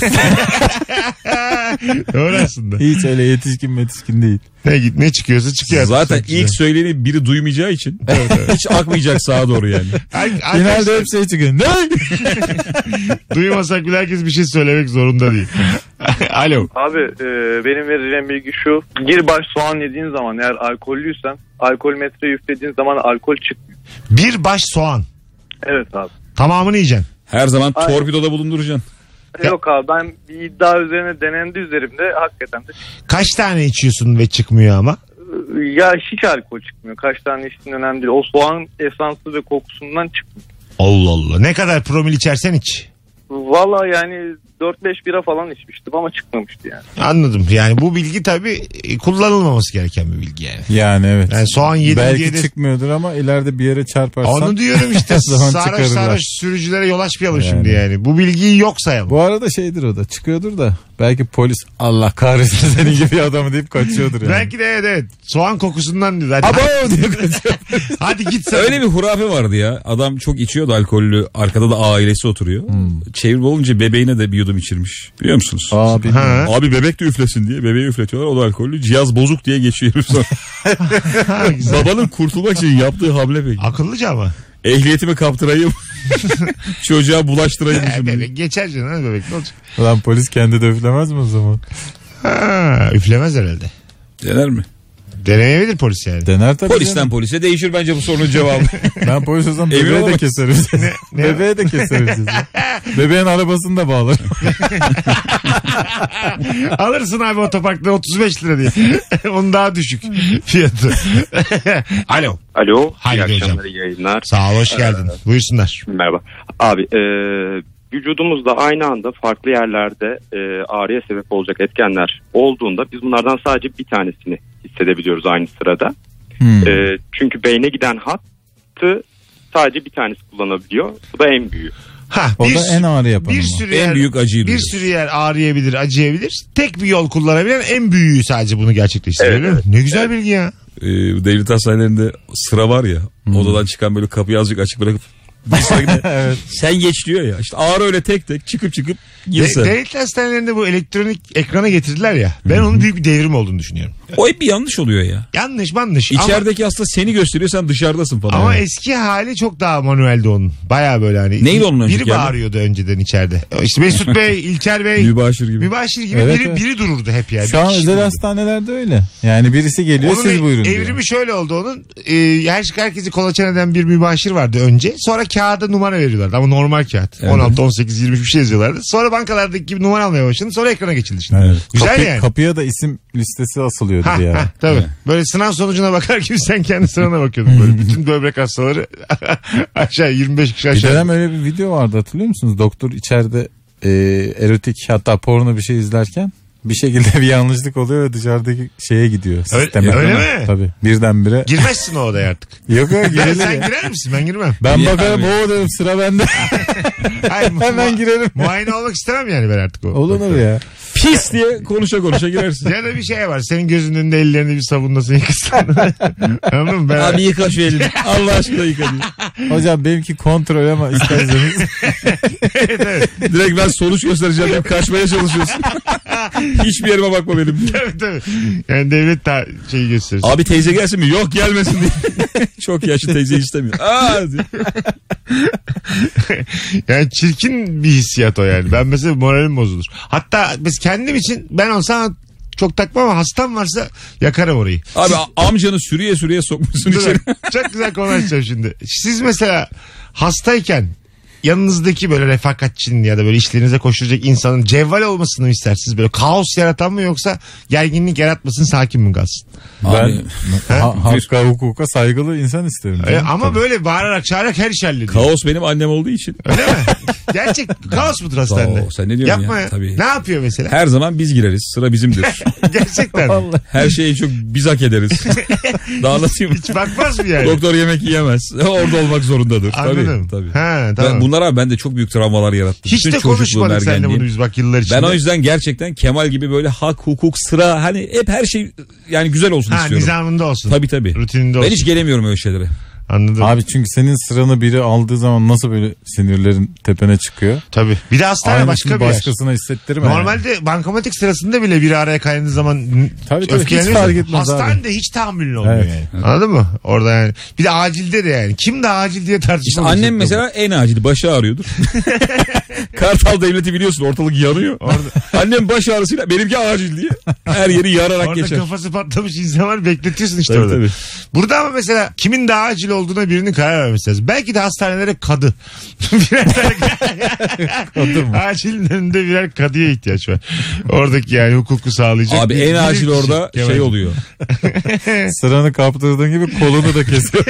Doğru aslında. Hiç öyle yetişkin metişkin değil. Ne git ne çıkıyorsa çıkıyor. Zaten Çok güzel. ilk söyleyeni biri duymayacağı için hiç akmayacak sağa doğru yani. Ay- Finalde arkadaşlar, hep şey çıkıyor. Ne? duymasak bile herkes bir şey söylemek zorunda değil. Alo. Abi e, benim vereceğim bilgi şu. Bir baş soğan yediğin zaman eğer alkollüysen alkol metreyi üflediğin zaman alkol çıkmıyor. Bir baş soğan. Evet abi. Tamamını yiyeceksin. Her zaman Ay. torpidoda bulunduracaksın. Ya- Yok abi ben bir iddia üzerine denendi üzerimde hakikaten de Kaç tane içiyorsun ve çıkmıyor ama? ya hiç alkol çıkmıyor. Kaç tane içtiğin önemli değil. O soğan esansı ve kokusundan çıkmıyor. Allah Allah. Ne kadar promil içersen iç. Valla yani dört beş bira falan içmiştim ama çıkmamıştı yani. Anladım. Yani bu bilgi tabii e, kullanılmaması gereken bir bilgi yani. Yani evet. Yani soğan yedim Belki diye de... çıkmıyordur ama ileride bir yere çarparsan. Onu diyorum işte. o zaman sarhoş çıkarırlar. sarhoş sürücülere yol açmayalım Yani. şimdi yani. Bu bilgiyi yok sayalım. Bu arada şeydir o da çıkıyordur da belki polis Allah kahretsin senin gibi adamı deyip kaçıyordur yani. Belki de evet evet. Soğan kokusundan diyor. Hadi, Abo diye kaçıyor. hadi git sen. Öyle bir hurafe vardı ya. Adam çok içiyordu alkollü. Arkada da ailesi oturuyor. Hmm. Çevirme olunca bebeğine de bir yudum içirmiş. Biliyor musunuz? Abi Ha. Abi bebek de üflesin diye bebeği üfletiyorlar. O da alkollü. Cihaz bozuk diye geçiyor herif sonra. Ha, güzel. Babanın kurtulmak için yaptığı hamle peki. Akıllıca ama. Ehliyetimi kaptırayım. Çocuğa bulaştırayım. Ha, şimdi. bebek geçer canım. Ha, bebek ne olacak? Ulan polis kendi de üflemez mi o zaman? Ha, üflemez herhalde. Dener mi? Denemeyebilir polis yani. Dener tabii Polisten canım. polise değişir bence bu sorunun cevabı. Ben polis olsam Emin bebeğe de olamadım. keserim. ne? Bebeğe de keserim sizi. Bebeğin arabasını da bağlarım. Alırsın abi otoparkta otuz beş lira diye. Onun daha düşük fiyatı. Alo. Alo. Haydi iyi hocam. akşamlar, iyi yayınlar. Sağ ol, hoş geldin. Ee, Buyursunlar. Merhaba. Abi e, vücudumuzda aynı anda farklı yerlerde e, ağrıya sebep olacak etkenler olduğunda biz bunlardan sadece bir tanesini hissedebiliyoruz aynı sırada. Hmm. E, çünkü beyne giden hattı sadece bir tanesi kullanabiliyor. Bu da en büyüğü. Ha, O bir da sü- en ağrı yapan bir ama. sürü En yer, büyük acıyı bir duyuyoruz. sürü yer ağrıyabilir, acıyabilir. Tek bir yol kullanabilen en büyüğü sadece bunu gerçekleştiriyor. Evet, öyle mi? evet. Ne güzel bilgi ya. Ee, devlet hastanelerinde sıra var ya. Odadan çıkan böyle kapıyı azıcık açık bırakıp bir sonrakine Evet. sen geç diyor ya. İşte ağrı öyle tek tek çıkıp çıkıp De- girse. devlet hastanelerinde bu elektronik ekrana getirdiler ya. Ben onun büyük bir devrim olduğunu düşünüyorum. O hep bir yanlış oluyor ya. Yanlış yanlış. Ama, İçerideki hasta seni gösteriyor sen dışarıdasın falan. ama Yani. eski hali çok daha manueldi onun. Baya böyle hani. Neydi onun önceki Biri hali? bağırıyordu önceden içeride. İşte Mesut Bey, İlker Bey. Mübaşir gibi. Mübaşir gibi Evet, biri, evet. biri dururdu hep yani. Şu Bir an kişi özel dururdu. hastanelerde öyle. Yani birisi geliyor Onun siz buyurun diyor. evrimi şöyle oldu onun. E, her, herkesi kolaçan eden bir mübaşir vardı önce. Sonra kağıda numara veriyorlardı ama normal kağıt. Evet. on altı, on sekiz, yirmi bir şey yazıyorlardı. Sonra bankalardaki gibi numara almaya başladı. Sonra ekrana geçildi şimdi. Evet. Güzel Kapı- yani. Kapıya da isim listesi asılıyordu Ha, bir ara. ha, tabii. Evet. Böyle sınav sonucuna bakar gibi sen kendi sırana bakıyordun. Böyle bütün böbrek hastaları aşağı yirmi beş kişi Bir aşağı. dönem öyle bir video vardı hatırlıyor musunuz? Doktor içeride e, erotik hatta porno bir şey izlerken bir şekilde bir yanlışlık oluyor ve dışarıdaki şeye gidiyor. Öyle, öyle mi? Tabii birdenbire. Girmezsin o odaya artık. Yok yok girelim. Sen girer misin? Ben girmem. Ben Niye bakarım o derim sıra bende. Hayır, Hemen girerim. Muayene olmak istemem yani ben artık o. Olunur ya. Pis diye konuşa konuşa girersin. Ya da bir şey var. Senin gözünün önünde ellerini bir sabunlasın yıkasın. Anladın mı? Ben... Abi yıka şu elini. Allah aşkına yıka diye. Hocam benimki kontrol ama isterseniz. evet, evet. Direkt ben sonuç göstereceğim diye kaçmaya çalışıyorsun. Hiçbir yerime bakma benim diye. Tabii tabii. Yani devlet ta şeyi gösterir. Abi teyze gelsin mi? Yok gelmesin diye. Çok yaşlı teyze istemiyor. Aa diye. Yani çirkin bir hissiyat o yani. Ben mesela moralim bozulur. Hatta biz kendim için ben olsam çok takmam ama hastam varsa yakarım orayı. Abi amcanı sürüye sürüye sokmuşsun içeri. Çok güzel konuşacağım şimdi. Siz mesela hastayken yanınızdaki böyle refakatçinin ya da böyle işlerinize koşturacak insanın cevval olmasını mı istersiniz? Böyle kaos yaratan mı yoksa gerginlik yaratmasın, sakin mi kalsın? Ben ha, hakka hukuka saygılı insan isterim. Öyle, ama tabii. Böyle bağırarak çağırarak her işi hallediyor. Kaos benim annem olduğu için. Öyle mi? Gerçek kaos mudur hastanede? Oo, sen ne diyorsun Yapma ya? ya. Tabii. Ne yapıyor mesela? Her zaman biz gireriz. Sıra bizimdir. Gerçekten mi? Her şeyi çok biz hak ederiz. Daha anlatayım mı? Hiç bakmaz mı yani? Doktor yemek yiyemez. Orada olmak zorundadır. Anladım. Tabii, tabii. Ha, tamam. Ben, bunlar abi bende çok büyük travmalar yarattı. Hiç bütün de konuşmadık seninle bunu biz bak yıllar içinde. Ben o yüzden gerçekten Kemal gibi böyle hak, hukuk, sıra hani hep her şey yani güzel olsun ha, istiyorum. Nizamında olsun. Tabii tabii. Rutininde ben olsun. Ben hiç gelemiyorum öyle şeylere. Anladım. Abi çünkü senin sıranı biri aldığı zaman nasıl böyle sinirlerin tepene çıkıyor? Tabii. Bir de hastane aynı başka bir yer. Başkasına hissettirme. Normalde yani. Bankamatik sırasında bile biri araya kaynadığı zaman tabii tabii hiç fark etmez hastanede abi. hiç tahammülün olmuyor evet. yani. Evet. Anladın mı? Orada yani. Bir de acilde de yani. Kim de acil diye tartışma. İşte annem mesela en acil başı ağrıyordur. Kartal Devleti biliyorsun ortalık yanıyor. Orada. Annem baş ağrısıyla benimki acil diye her yeri yararak orada geçer. Orada kafası patlamış insan var bekletiyorsun işte tabii, orada. Tabii. Burada ama mesela kimin daha acil olduğuna birinin karar vermesi lazım. Belki de hastanelere kadı. Kadı mı? Acilin önünde birer kadıya ihtiyaç var. Oradaki yani hukuku sağlayacak. Abi en acil orada şey, şey oluyor. Sıranı kaptırdığın gibi kolunu da kesiyor.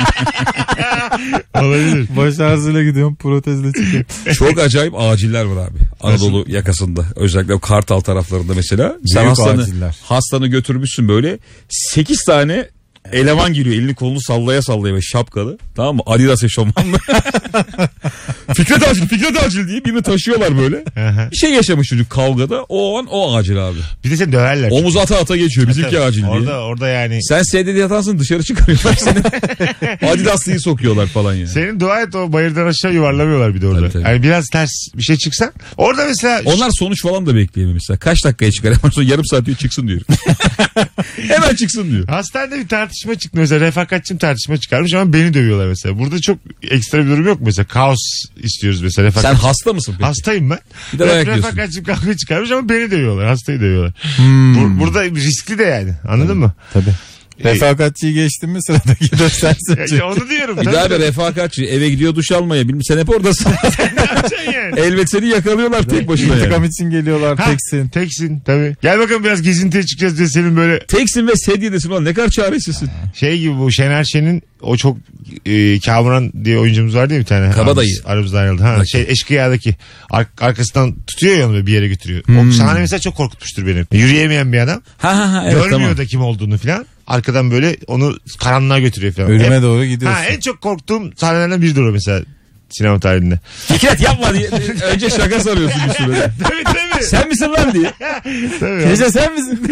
Olabilir. Baş ağrısıyla gidiyorum protezle çıkıyor. Çok acayip aciller var abi. Anadolu Nasıl? yakasında. Özellikle o Kartal taraflarında mesela. Sen hastanı, hastanı götürmüşsün böyle. sekiz tane eleman giriyor elini kolunu sallaya sallaya ve şapkalı. Tamam mı? Adidas eşofmanlı. Fikret acil, Fikret acil diye birini taşıyorlar böyle. Bir şey yaşamış çocuk kavgada. O an o acil abi. Bir de seni döverler. Omuz ata ata geçiyor. Bizimki acil diye. Orada, orada yani. Sen S D D yatansın dışarı çıkarıyorlar seni. Adidaslıyı sokuyorlar falan yani. Senin dua et o bayırdan aşağı yuvarlamıyorlar bir de orada. Tabii, tabii. Yani biraz ters bir şey çıksan. Orada mesela. Onlar sonuç falan da bekleyememişler. Kaç dakikaya çıkar? Hemen sonra yarım saat diyor çıksın diyor. Hemen çıksın diyor. Hastanede bir tartışma çıktı mesela. Refakatçim tartışma çıkarmış ama beni dövüyorlar mesela. Burada çok ekstra bir durum yok mesela. Kaos istiyoruz mesela. Sen hasta mısın peki? Hastayım ben. Bir de dayak yiyorsun. Refakatçim kavga çıkarmış ama beni dövüyorlar. Hastayı dövüyorlar. Hmm. Bur- burada riskli de yani. Anladın tabii, mı? Tabii. Refakatçiyi geçtin mi sıradaki de sensin. Ya, onu diyorum. Bir daha bir refakatçi eve gidiyor duş almaya. Bilmiyorum sen hep oradasın. Ne yapacaksın yani? Elbet seni yakalıyorlar tek başına yani. İntikam için geliyorlar ha, teksin. Teksin tabii. Gel bakalım biraz gezintiye çıkacağız diye senin böyle. Teksin ve sedyedesin ulan ne kadar çaresizsin. Şey gibi bu Şener Şen'in o çok e, Kamuran diye oyuncumuz var değil mi bir tane? Kabadayı. Aramızdan ayrıldı. Ha, şey Eşkıya'daki ar- arkasından tutuyor ya onu bir yere götürüyor. Hmm. O sahne mesela çok korkutmuştur beni. Yürüyemeyen bir adam. Ha ha ha. Evet, görmüyor tamam. da kim olduğunu falan. Arkadan böyle onu karanlığa götürüyor falan. Ölüme Hep, doğru gidiyorsun. Ha, en çok korktuğum sahnelerden biridir o mesela sinema tarihinde. Fikret yapma diye. Önce şaka sarıyorsun bir sürü. Tabii tabii. Sen misin lan diye. Gece sen misin?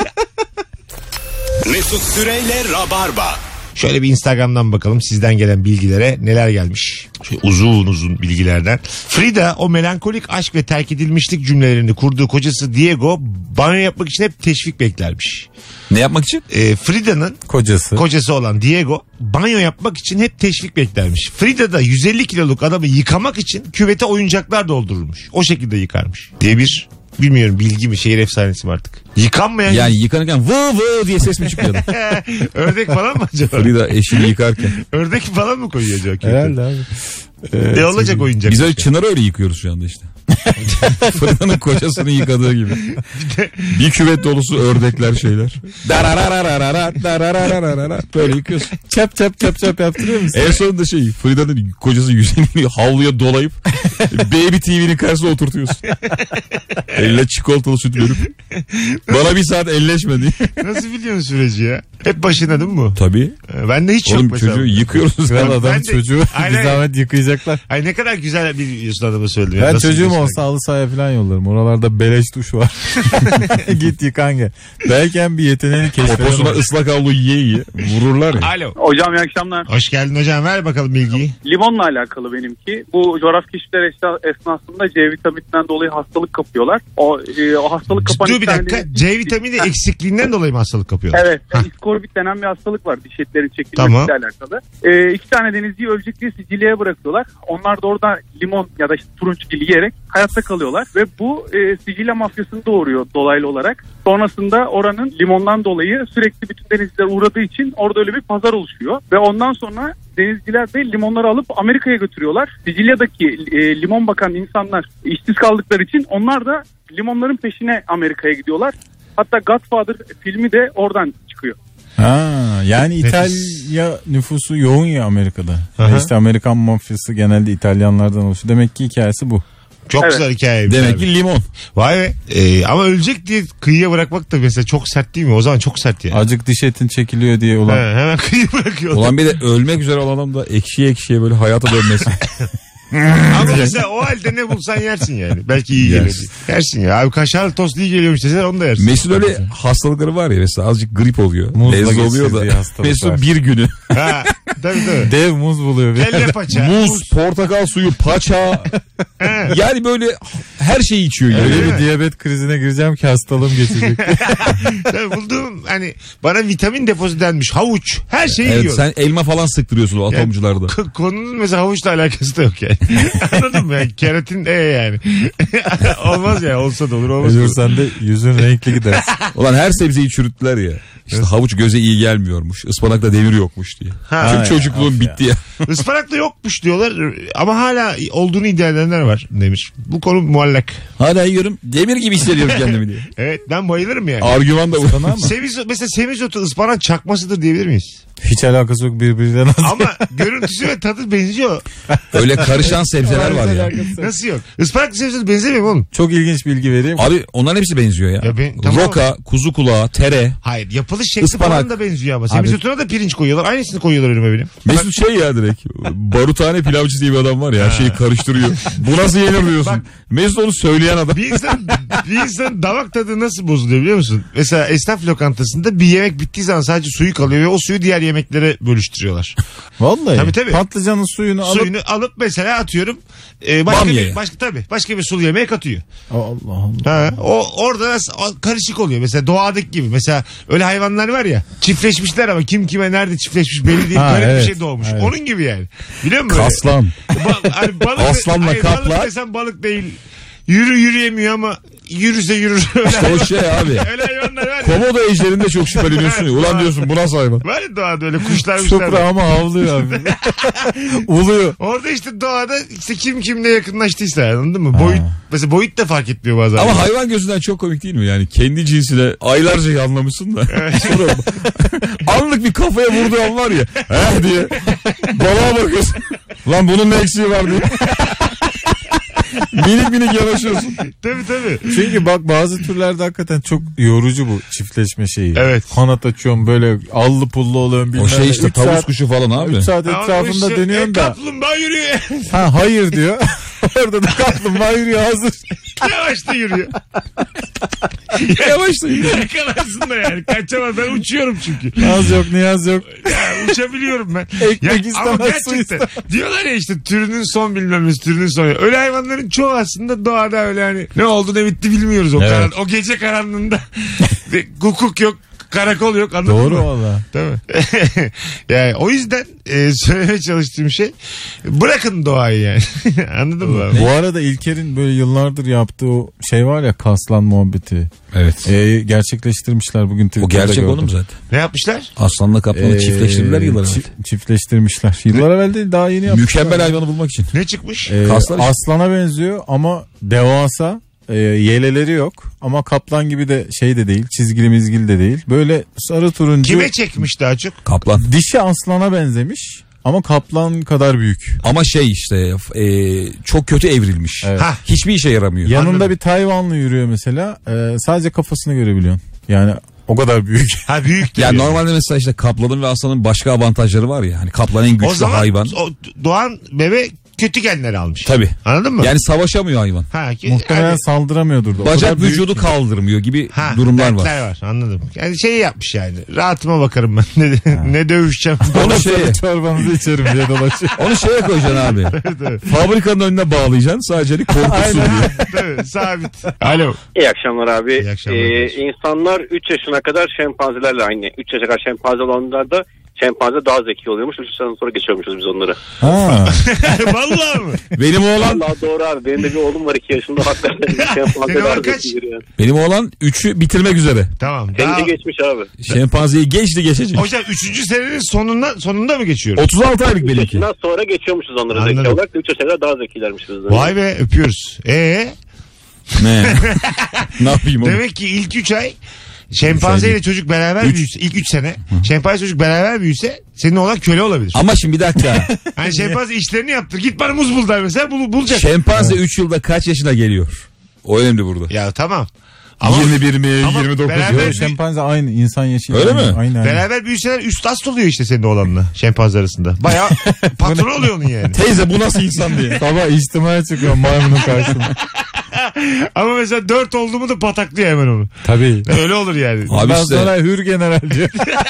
Mesut Süreyle Rabarba. Şöyle bir Instagram'dan bakalım sizden gelen bilgilere neler gelmiş. Şöyle uzun uzun bilgilerden. Frida o melankolik aşk ve terk edilmişlik cümlelerini kurduğu kocası Diego banyo yapmak için hep teşvik beklermiş. Ne yapmak için? Ee, Frida'nın kocası. kocası olan Diego banyo yapmak için hep teşvik beklermiş. Frida da yüz elli kiloluk adamı yıkamak için küvete oyuncaklar doldururmuş. O şekilde yıkarmış diye bir bilmiyorum bilgi mi şehir efsanesi mi artık. Yıkanmayan. Yani yıkanırken vı vı diye ses mi çıkıyordu? Ördek falan mı acaba? Frida eşini yıkarken. Ördek falan mı koyuyor acaba? Herhalde abi. Ee, ne olacak oyuncak? Biz öyle Çınar'ı öyle yıkıyoruz şu anda işte. Fırının kocasını yıkadığı gibi. Bir küvet dolusu ördekler şeyler. Dararararara, dararararara. Böyle yıkıyorsun. Çap çap çap çap yaptırıyor musun? En sonunda şey Frida'nın kocası yüzünü havluya dolayıp Baby T V'nin karşısına oturtuyorsun. Elle çikolatalı süt verip bana bir saat elleşme diye. Nasıl biliyorsun süreci ya? Hep başına değil mi bu? Tabii. Ben de hiç Oğlum yok mesela. çocuğu yıkıyoruz. Kral adamın çocuğu Aynen. bir zahmet yıkayacaklar. Ay ne kadar güzel bir Yusuf adamı söyledim. ya. Ben Nasıl çocuğum biliyorsun? olsa halı sahaya falan yollarım. Oralarda beleş duş var. Git yıkan gel. Belki hem bir yeteneğini keşfederim. Poposuna ıslak havlu yiye yiye vururlar ya. Alo. Hocam iyi akşamlar. Hoş geldin hocam. Ver bakalım bilgiyi. Limonla alakalı benimki. Bu coğrafi keşifler esnasında C vitamininden dolayı hastalık kapıyorlar. O, e, o hastalık kapan Dur bir dakika. C vitamini eksikliğinden dolayı mı hastalık kapıyorlar? Evet. İskorbit denen bir hastalık var. Diş etlerin çekilmesiyle Tamam. alakalı. E, iki tane denizciyi ölecek diye Sicilya'ya bırakıyorlar. Onlar da orada limon ya da işte turunçgil yiyerek hayatta kalıyorlar. Ve bu e, Sicilya mafyasını doğuruyor dolaylı olarak. Sonrasında oranın limondan dolayı sürekli bütün denizciler uğradığı için orada öyle bir pazar oluşuyor. Ve ondan sonra denizciler de limonları alıp Amerika'ya götürüyorlar. Sicilya'daki e, limon bakan insanlar işsiz kaldıkları için onlar da limonların peşine Amerika'ya gidiyorlar. Hatta Godfather filmi de oradan çıkıyor. Ha, yani İtalya nüfusu yoğun ya Amerika'da. Aha. İşte Amerikan mafyası genelde İtalyanlardan oluşuyor. Demek ki hikayesi bu. Çok Evet. güzel hikaye. Demek ki limon. Vay be. Ee, ama ölecek diye kıyıya bırakmak da mesela çok sert değil mi? O zaman çok sert ya. Acık diş etin çekiliyor diye ulan. He, hemen kıyıya bırakıyorlar. Ulan bir de ölmek üzere olan adam da ekşiye ekşiye böyle hayata dönmesi. Ama mesela o halde ne bulsan yersin yani. Belki iyi gelir. Yersin. Yersin ya. Abi kaşarlı tost iyi geliyormuş desen onu da yersin. Mesut öyle hastalıkları var ya mesela azıcık grip oluyor. Muzla Lezzetli oluyor geçirdiği da hastalık Mesut var. bir günü. Ha, tabii tabii. Dev muz buluyor. bir Kelle yerde. paça. Muz, portakal suyu, paça. Yani böyle her şeyi içiyor. Yani. Öyle bir diyabet krizine gireceğim ki hastalığım geçecek. Tabii bulduğum hani bana vitamin deposu denmiş. Havuç. Her şeyi Evet, yiyor. sen elma falan sıktırıyorsun o atomcularda. K- konunun mesela havuçla alakası da yok yani. Anladın mı? Yani keratin e yani. Olmaz ya. Olsa da olur. Olmaz da olur. Ölürsen de yüzün renkli gider. Ulan her sebzeyi çürüttüler ya. İşte havuç göze iyi gelmiyormuş. Ispanakta demir yokmuş diye. Ha, Tüm çocukluğum bitti ya. Ispanak da yokmuş diyorlar ama hala olduğunu iddia edenler var demiş. Bu konu muallak. Hala yiyorum. Demir gibi hissediyorum kendimi diye. Evet ben bayılırım yani. Argüman da bu. Semizotu, mesela semizotu ıspanak çakmasıdır diyebilir miyiz? Hiç alakası yok birbirinden. Ama görüntüsü ve tadı benziyor. Öyle karışan sebzeler var ya. Nasıl yok? Ispanak sebzesi benzemiyor mu oğlum? Çok ilginç bilgi vereyim. Abi onların hepsi benziyor ya. Ya ben- tamam. Roka, kuzu kulağı, tere. Hayır yapılış şekli Ispanak. falan da benziyor ama. Semizotuna da pirinç koyuyorlar. Aynısını koyuyorlar önüme benim. Mesut şey ya direkt. Baruthane pilavcısı diye bir adam var ya. Her şeyi karıştırıyor. Bu nasıl yenir diyorsun. Bak. Mesut onu söyleyen adam. Bir insan, bir insan damak tadı nasıl bozuluyor biliyor musun? Mesela esnaf lokantasında bir yemek bittiği zaman sadece suyu kalıyor ve o suyu diğer yemeklere bölüştürüyorlar. Vallahi. Tabii, tabii. Patlıcanın suyunu alıp. Suyunu alıp mesela atıyorum. E, başka Bamya'ya. bir, başka tabii başka bir sulu yemeğe katıyor. Allah Allah. Ha, o orada o karışık oluyor. Mesela doğadaki gibi. Mesela öyle hayvanlar var ya. Çiftleşmişler ama kim kime nerede çiftleşmiş belli değil. Ha, Garip evet, bir şey doğmuş. evet. Onun gibi yani. Biliyor musun? Kaslan. Ba- hani balık, Aslanla hayır, kaplan. Balık desem balık değil. Yürü yürüyemiyor ama yürüse yürür. İşte o şey abi. Öyle hayvanlar var ya. Komodo ejderinde çok şüpheleniyorsun ya. Ulan diyorsun bu nasıl hayvan? Var ya doğada öyle kuşlar kuşlar. Çupra ama havlıyor abi. Uluyor. Orada işte doğada işte kim kimle yakınlaştıysa anladın mı? Boyut, mesela boyut da fark etmiyor bazen. Ama hayvan gözünden çok komik değil mi? Yani kendi cinsine aylarca anlamışsın da. Sonra anlık bir kafaya vurduğu an var ya. He diye. Balığa bakıyorsun. Lan bunun ne eksiği var diye. minik minik yanaşıyorsun. Tabii tabii. Çünkü bak bazı türlerde hakikaten çok yorucu bu çiftleşme şeyi. Evet. Kanat açıyorsun böyle allı pullu oluyorsun. O şey işte Üç tavus saat- kuşu falan abi. üç saat Ama etrafında işte, dönüyorsun e, da. kaplumbağa yürüyor. Ha hayır diyor. Orada da kaplumbağa yürüyor hazır. Yavaş da yürüyor. Yavaş da yürüyor. Yakalarsın da yani. Kaçamaz. Ben uçuyorum çünkü. Naz yok niyaz yok. Ya, uçabiliyorum ben. Ekmek Ya, ama istemez, su gerçekten istemez. diyorlar ya işte türünün son bilmem nesi, türünün sonu. Öyle hayvanların çoğu aslında doğada öyle hani ne oldu ne bitti bilmiyoruz o, Evet. karan, o gece karanlığında. Ve hukuk yok. karakol yok, anladın Doğru mı? valla. Değil mi? Yani o yüzden e, söylemeye çalıştığım şey, bırakın doğayı yani. Anladın mı? Bu arada İlker'in böyle yıllardır yaptığı o şey var ya, kaslan muhabbeti. Evet. Ee, gerçekleştirmişler bugün Twitter'da. O gerçek gördüm. oğlum zaten. Ne yapmışlar? Aslanla kaplanı Ee, çiftleştirdiler yıllar evvel. çi- Çiftleştirmişler. Yıllar evvel değil, daha yeni yapmışlar. Mükemmel hayvanı bulmak için. Ne çıkmış? Ee, Kaslar işte. aslana benziyor ama devasa. E, yeleleri yok ama kaplan gibi de şey de değil, çizgili mizgili de değil. Böyle sarı turuncu. Kime çekmiş daha çok? Kaplan. Dişi aslana benzemiş ama kaplan kadar büyük. Ama şey işte e, çok kötü evrilmiş. Evet. Hah. Hiçbir işe yaramıyor. Yanında Anladım. bir Tayvanlı yürüyor mesela. E, sadece kafasını görebiliyorsun. Yani o kadar büyük. Ha, büyük Ya yani. normalde mesela işte kaplanın ve aslanın başka avantajları var ya. Hani kaplan en O güçlü zaman hayvan. o doğan bebe kötü genleri almış. Tabii. Anladın mı? Yani savaşamıyor hayvan. ha, ki, Muhtemelen yani- saldıramıyordur da. O Bacak kadar büyük vücudu ki. kaldırmıyor gibi Ha, durumlar var. dertler var. Anladım. Yani şey yapmış yani. Rahatıma bakarım ben. Ne, ne dövüşeceğim. Onu şeye, Çorbanızı içerim diye dolaşıyor. onu şeye koyacaksın abi. Fabrikanın önüne bağlayacaksın, sadece hani korkusun diye. Tabii, sabit. Alo. İyi akşamlar abi. İyi akşamlar. Ee, insanlar üç yaşına kadar şempanzelerle aynı. üç yaşına kadar şempanze olanlarda şempanze daha zeki oluyormuş. üç yaşından sonra geçiyormuşuz biz onları. Ha. Vallahi mı? Benim oğlan Vallahi doğru abi. Benim de bir oğlum var iki yaşında. Hakikaten şempanze Senin daha oğlan kaç? zeki biri. benim oğlan üçü bitirmek üzere. Tamam. Hem Daha... de geçmiş abi. Şempanzeyi geçti geçecek. Hocam üçüncü senenin sonunda sonunda mı geçiyoruz? otuz altı aylık benimki. Yaşından sonra geçiyormuşuz onları Anladım. zeki olarak. üç yaşına kadar daha zekilermiş bizden. Vay be, öpüyoruz. Ee, Ne? Ne yapayım oğlum? demek ki ilk üç ay şempanze ile çocuk beraber Üç. büyüse, ilk üç sene şempanze çocuk beraber büyüse senin olan köle olabilir. Ama şimdi bir dakika. Hani şempanze işlerini yaptır. Git bana muz bul der mesela, bul, bulacak. Şempanze üç yılda kaç yaşına geliyor? O önemli burada. Ya tamam. Ama yirmi bir mi? ama yirmi dokuz beraber- mu? Yo, şempanze aynı insan yaşı. Öyle aynı, mi? Aynı, aynı. beraber büyüseler üst ast oluyor işte senin oğlanla şempanze arasında. Baya patron oluyor onun yani. Teyze bu nasıl insan diye. Sabah içtimaya çıkıyor maymunun karşısına. Ama mesela dört oldu mu da pataklıyor hemen onu. Tabii. Öyle olur yani. Abi Ondan işte sonra hür generalci.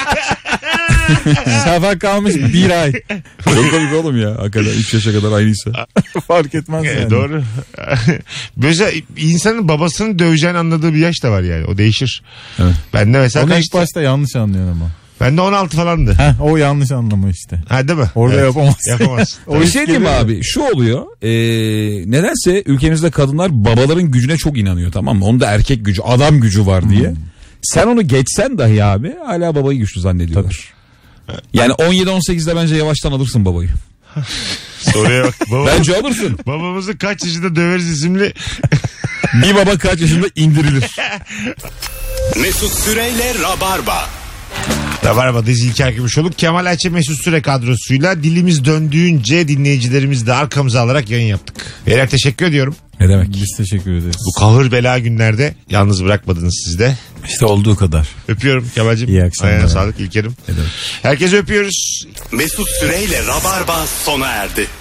Şafak kalmış bir ay. çok komik oğlum ya. Hakikaten üç yaşa kadar aynıysa. Fark etmez E, yani. doğru. Mesela insanın babasını döveceğini anladığı bir yaş da var yani. O değişir. Evet. Ben de mesela Onu ilk kaçtı? başta yanlış anlıyorsun ama. Ben de on altı falandı. Heh, o yanlış anlama işte. Ha, değil mi? Orada Evet. yapamazsın. Yapamaz. O Bir iş şey diyeyim mi geliyor. abi? Şu oluyor. E, nedense ülkemizde kadınlar babaların gücüne çok inanıyor, tamam mı? Onda erkek gücü, adam gücü var diye. Hmm. Sen onu geçsen dahi abi hala babayı güçlü zannediyorlar. Yani on yedi on sekizde bence yavaştan alırsın babayı. Soruya bak. Baba, Bence alırsın. babamızı kaç yaşında döveriz isimli. Bir baba kaç yaşında indirilir. Mesut Süreyle Rabarba. Rabarba'dayız, İlker Gümüşoluk. Kemal Ayça Mesut Süre kadrosuyla dilimiz döndüğünce dinleyicilerimizi de arkamıza alarak yayın yaptık. Beyler teşekkür ediyorum. Ne demek? Biz teşekkür ederiz. Bu kahır bela günlerde yalnız bırakmadınız siz de. İşte olduğu kadar. Öpüyorum Kemal'cim. İyi akşamlar. Ayağına sağlık İlker'im. Herkese öpüyoruz. Mesut Süreyle Rabarba sona erdi.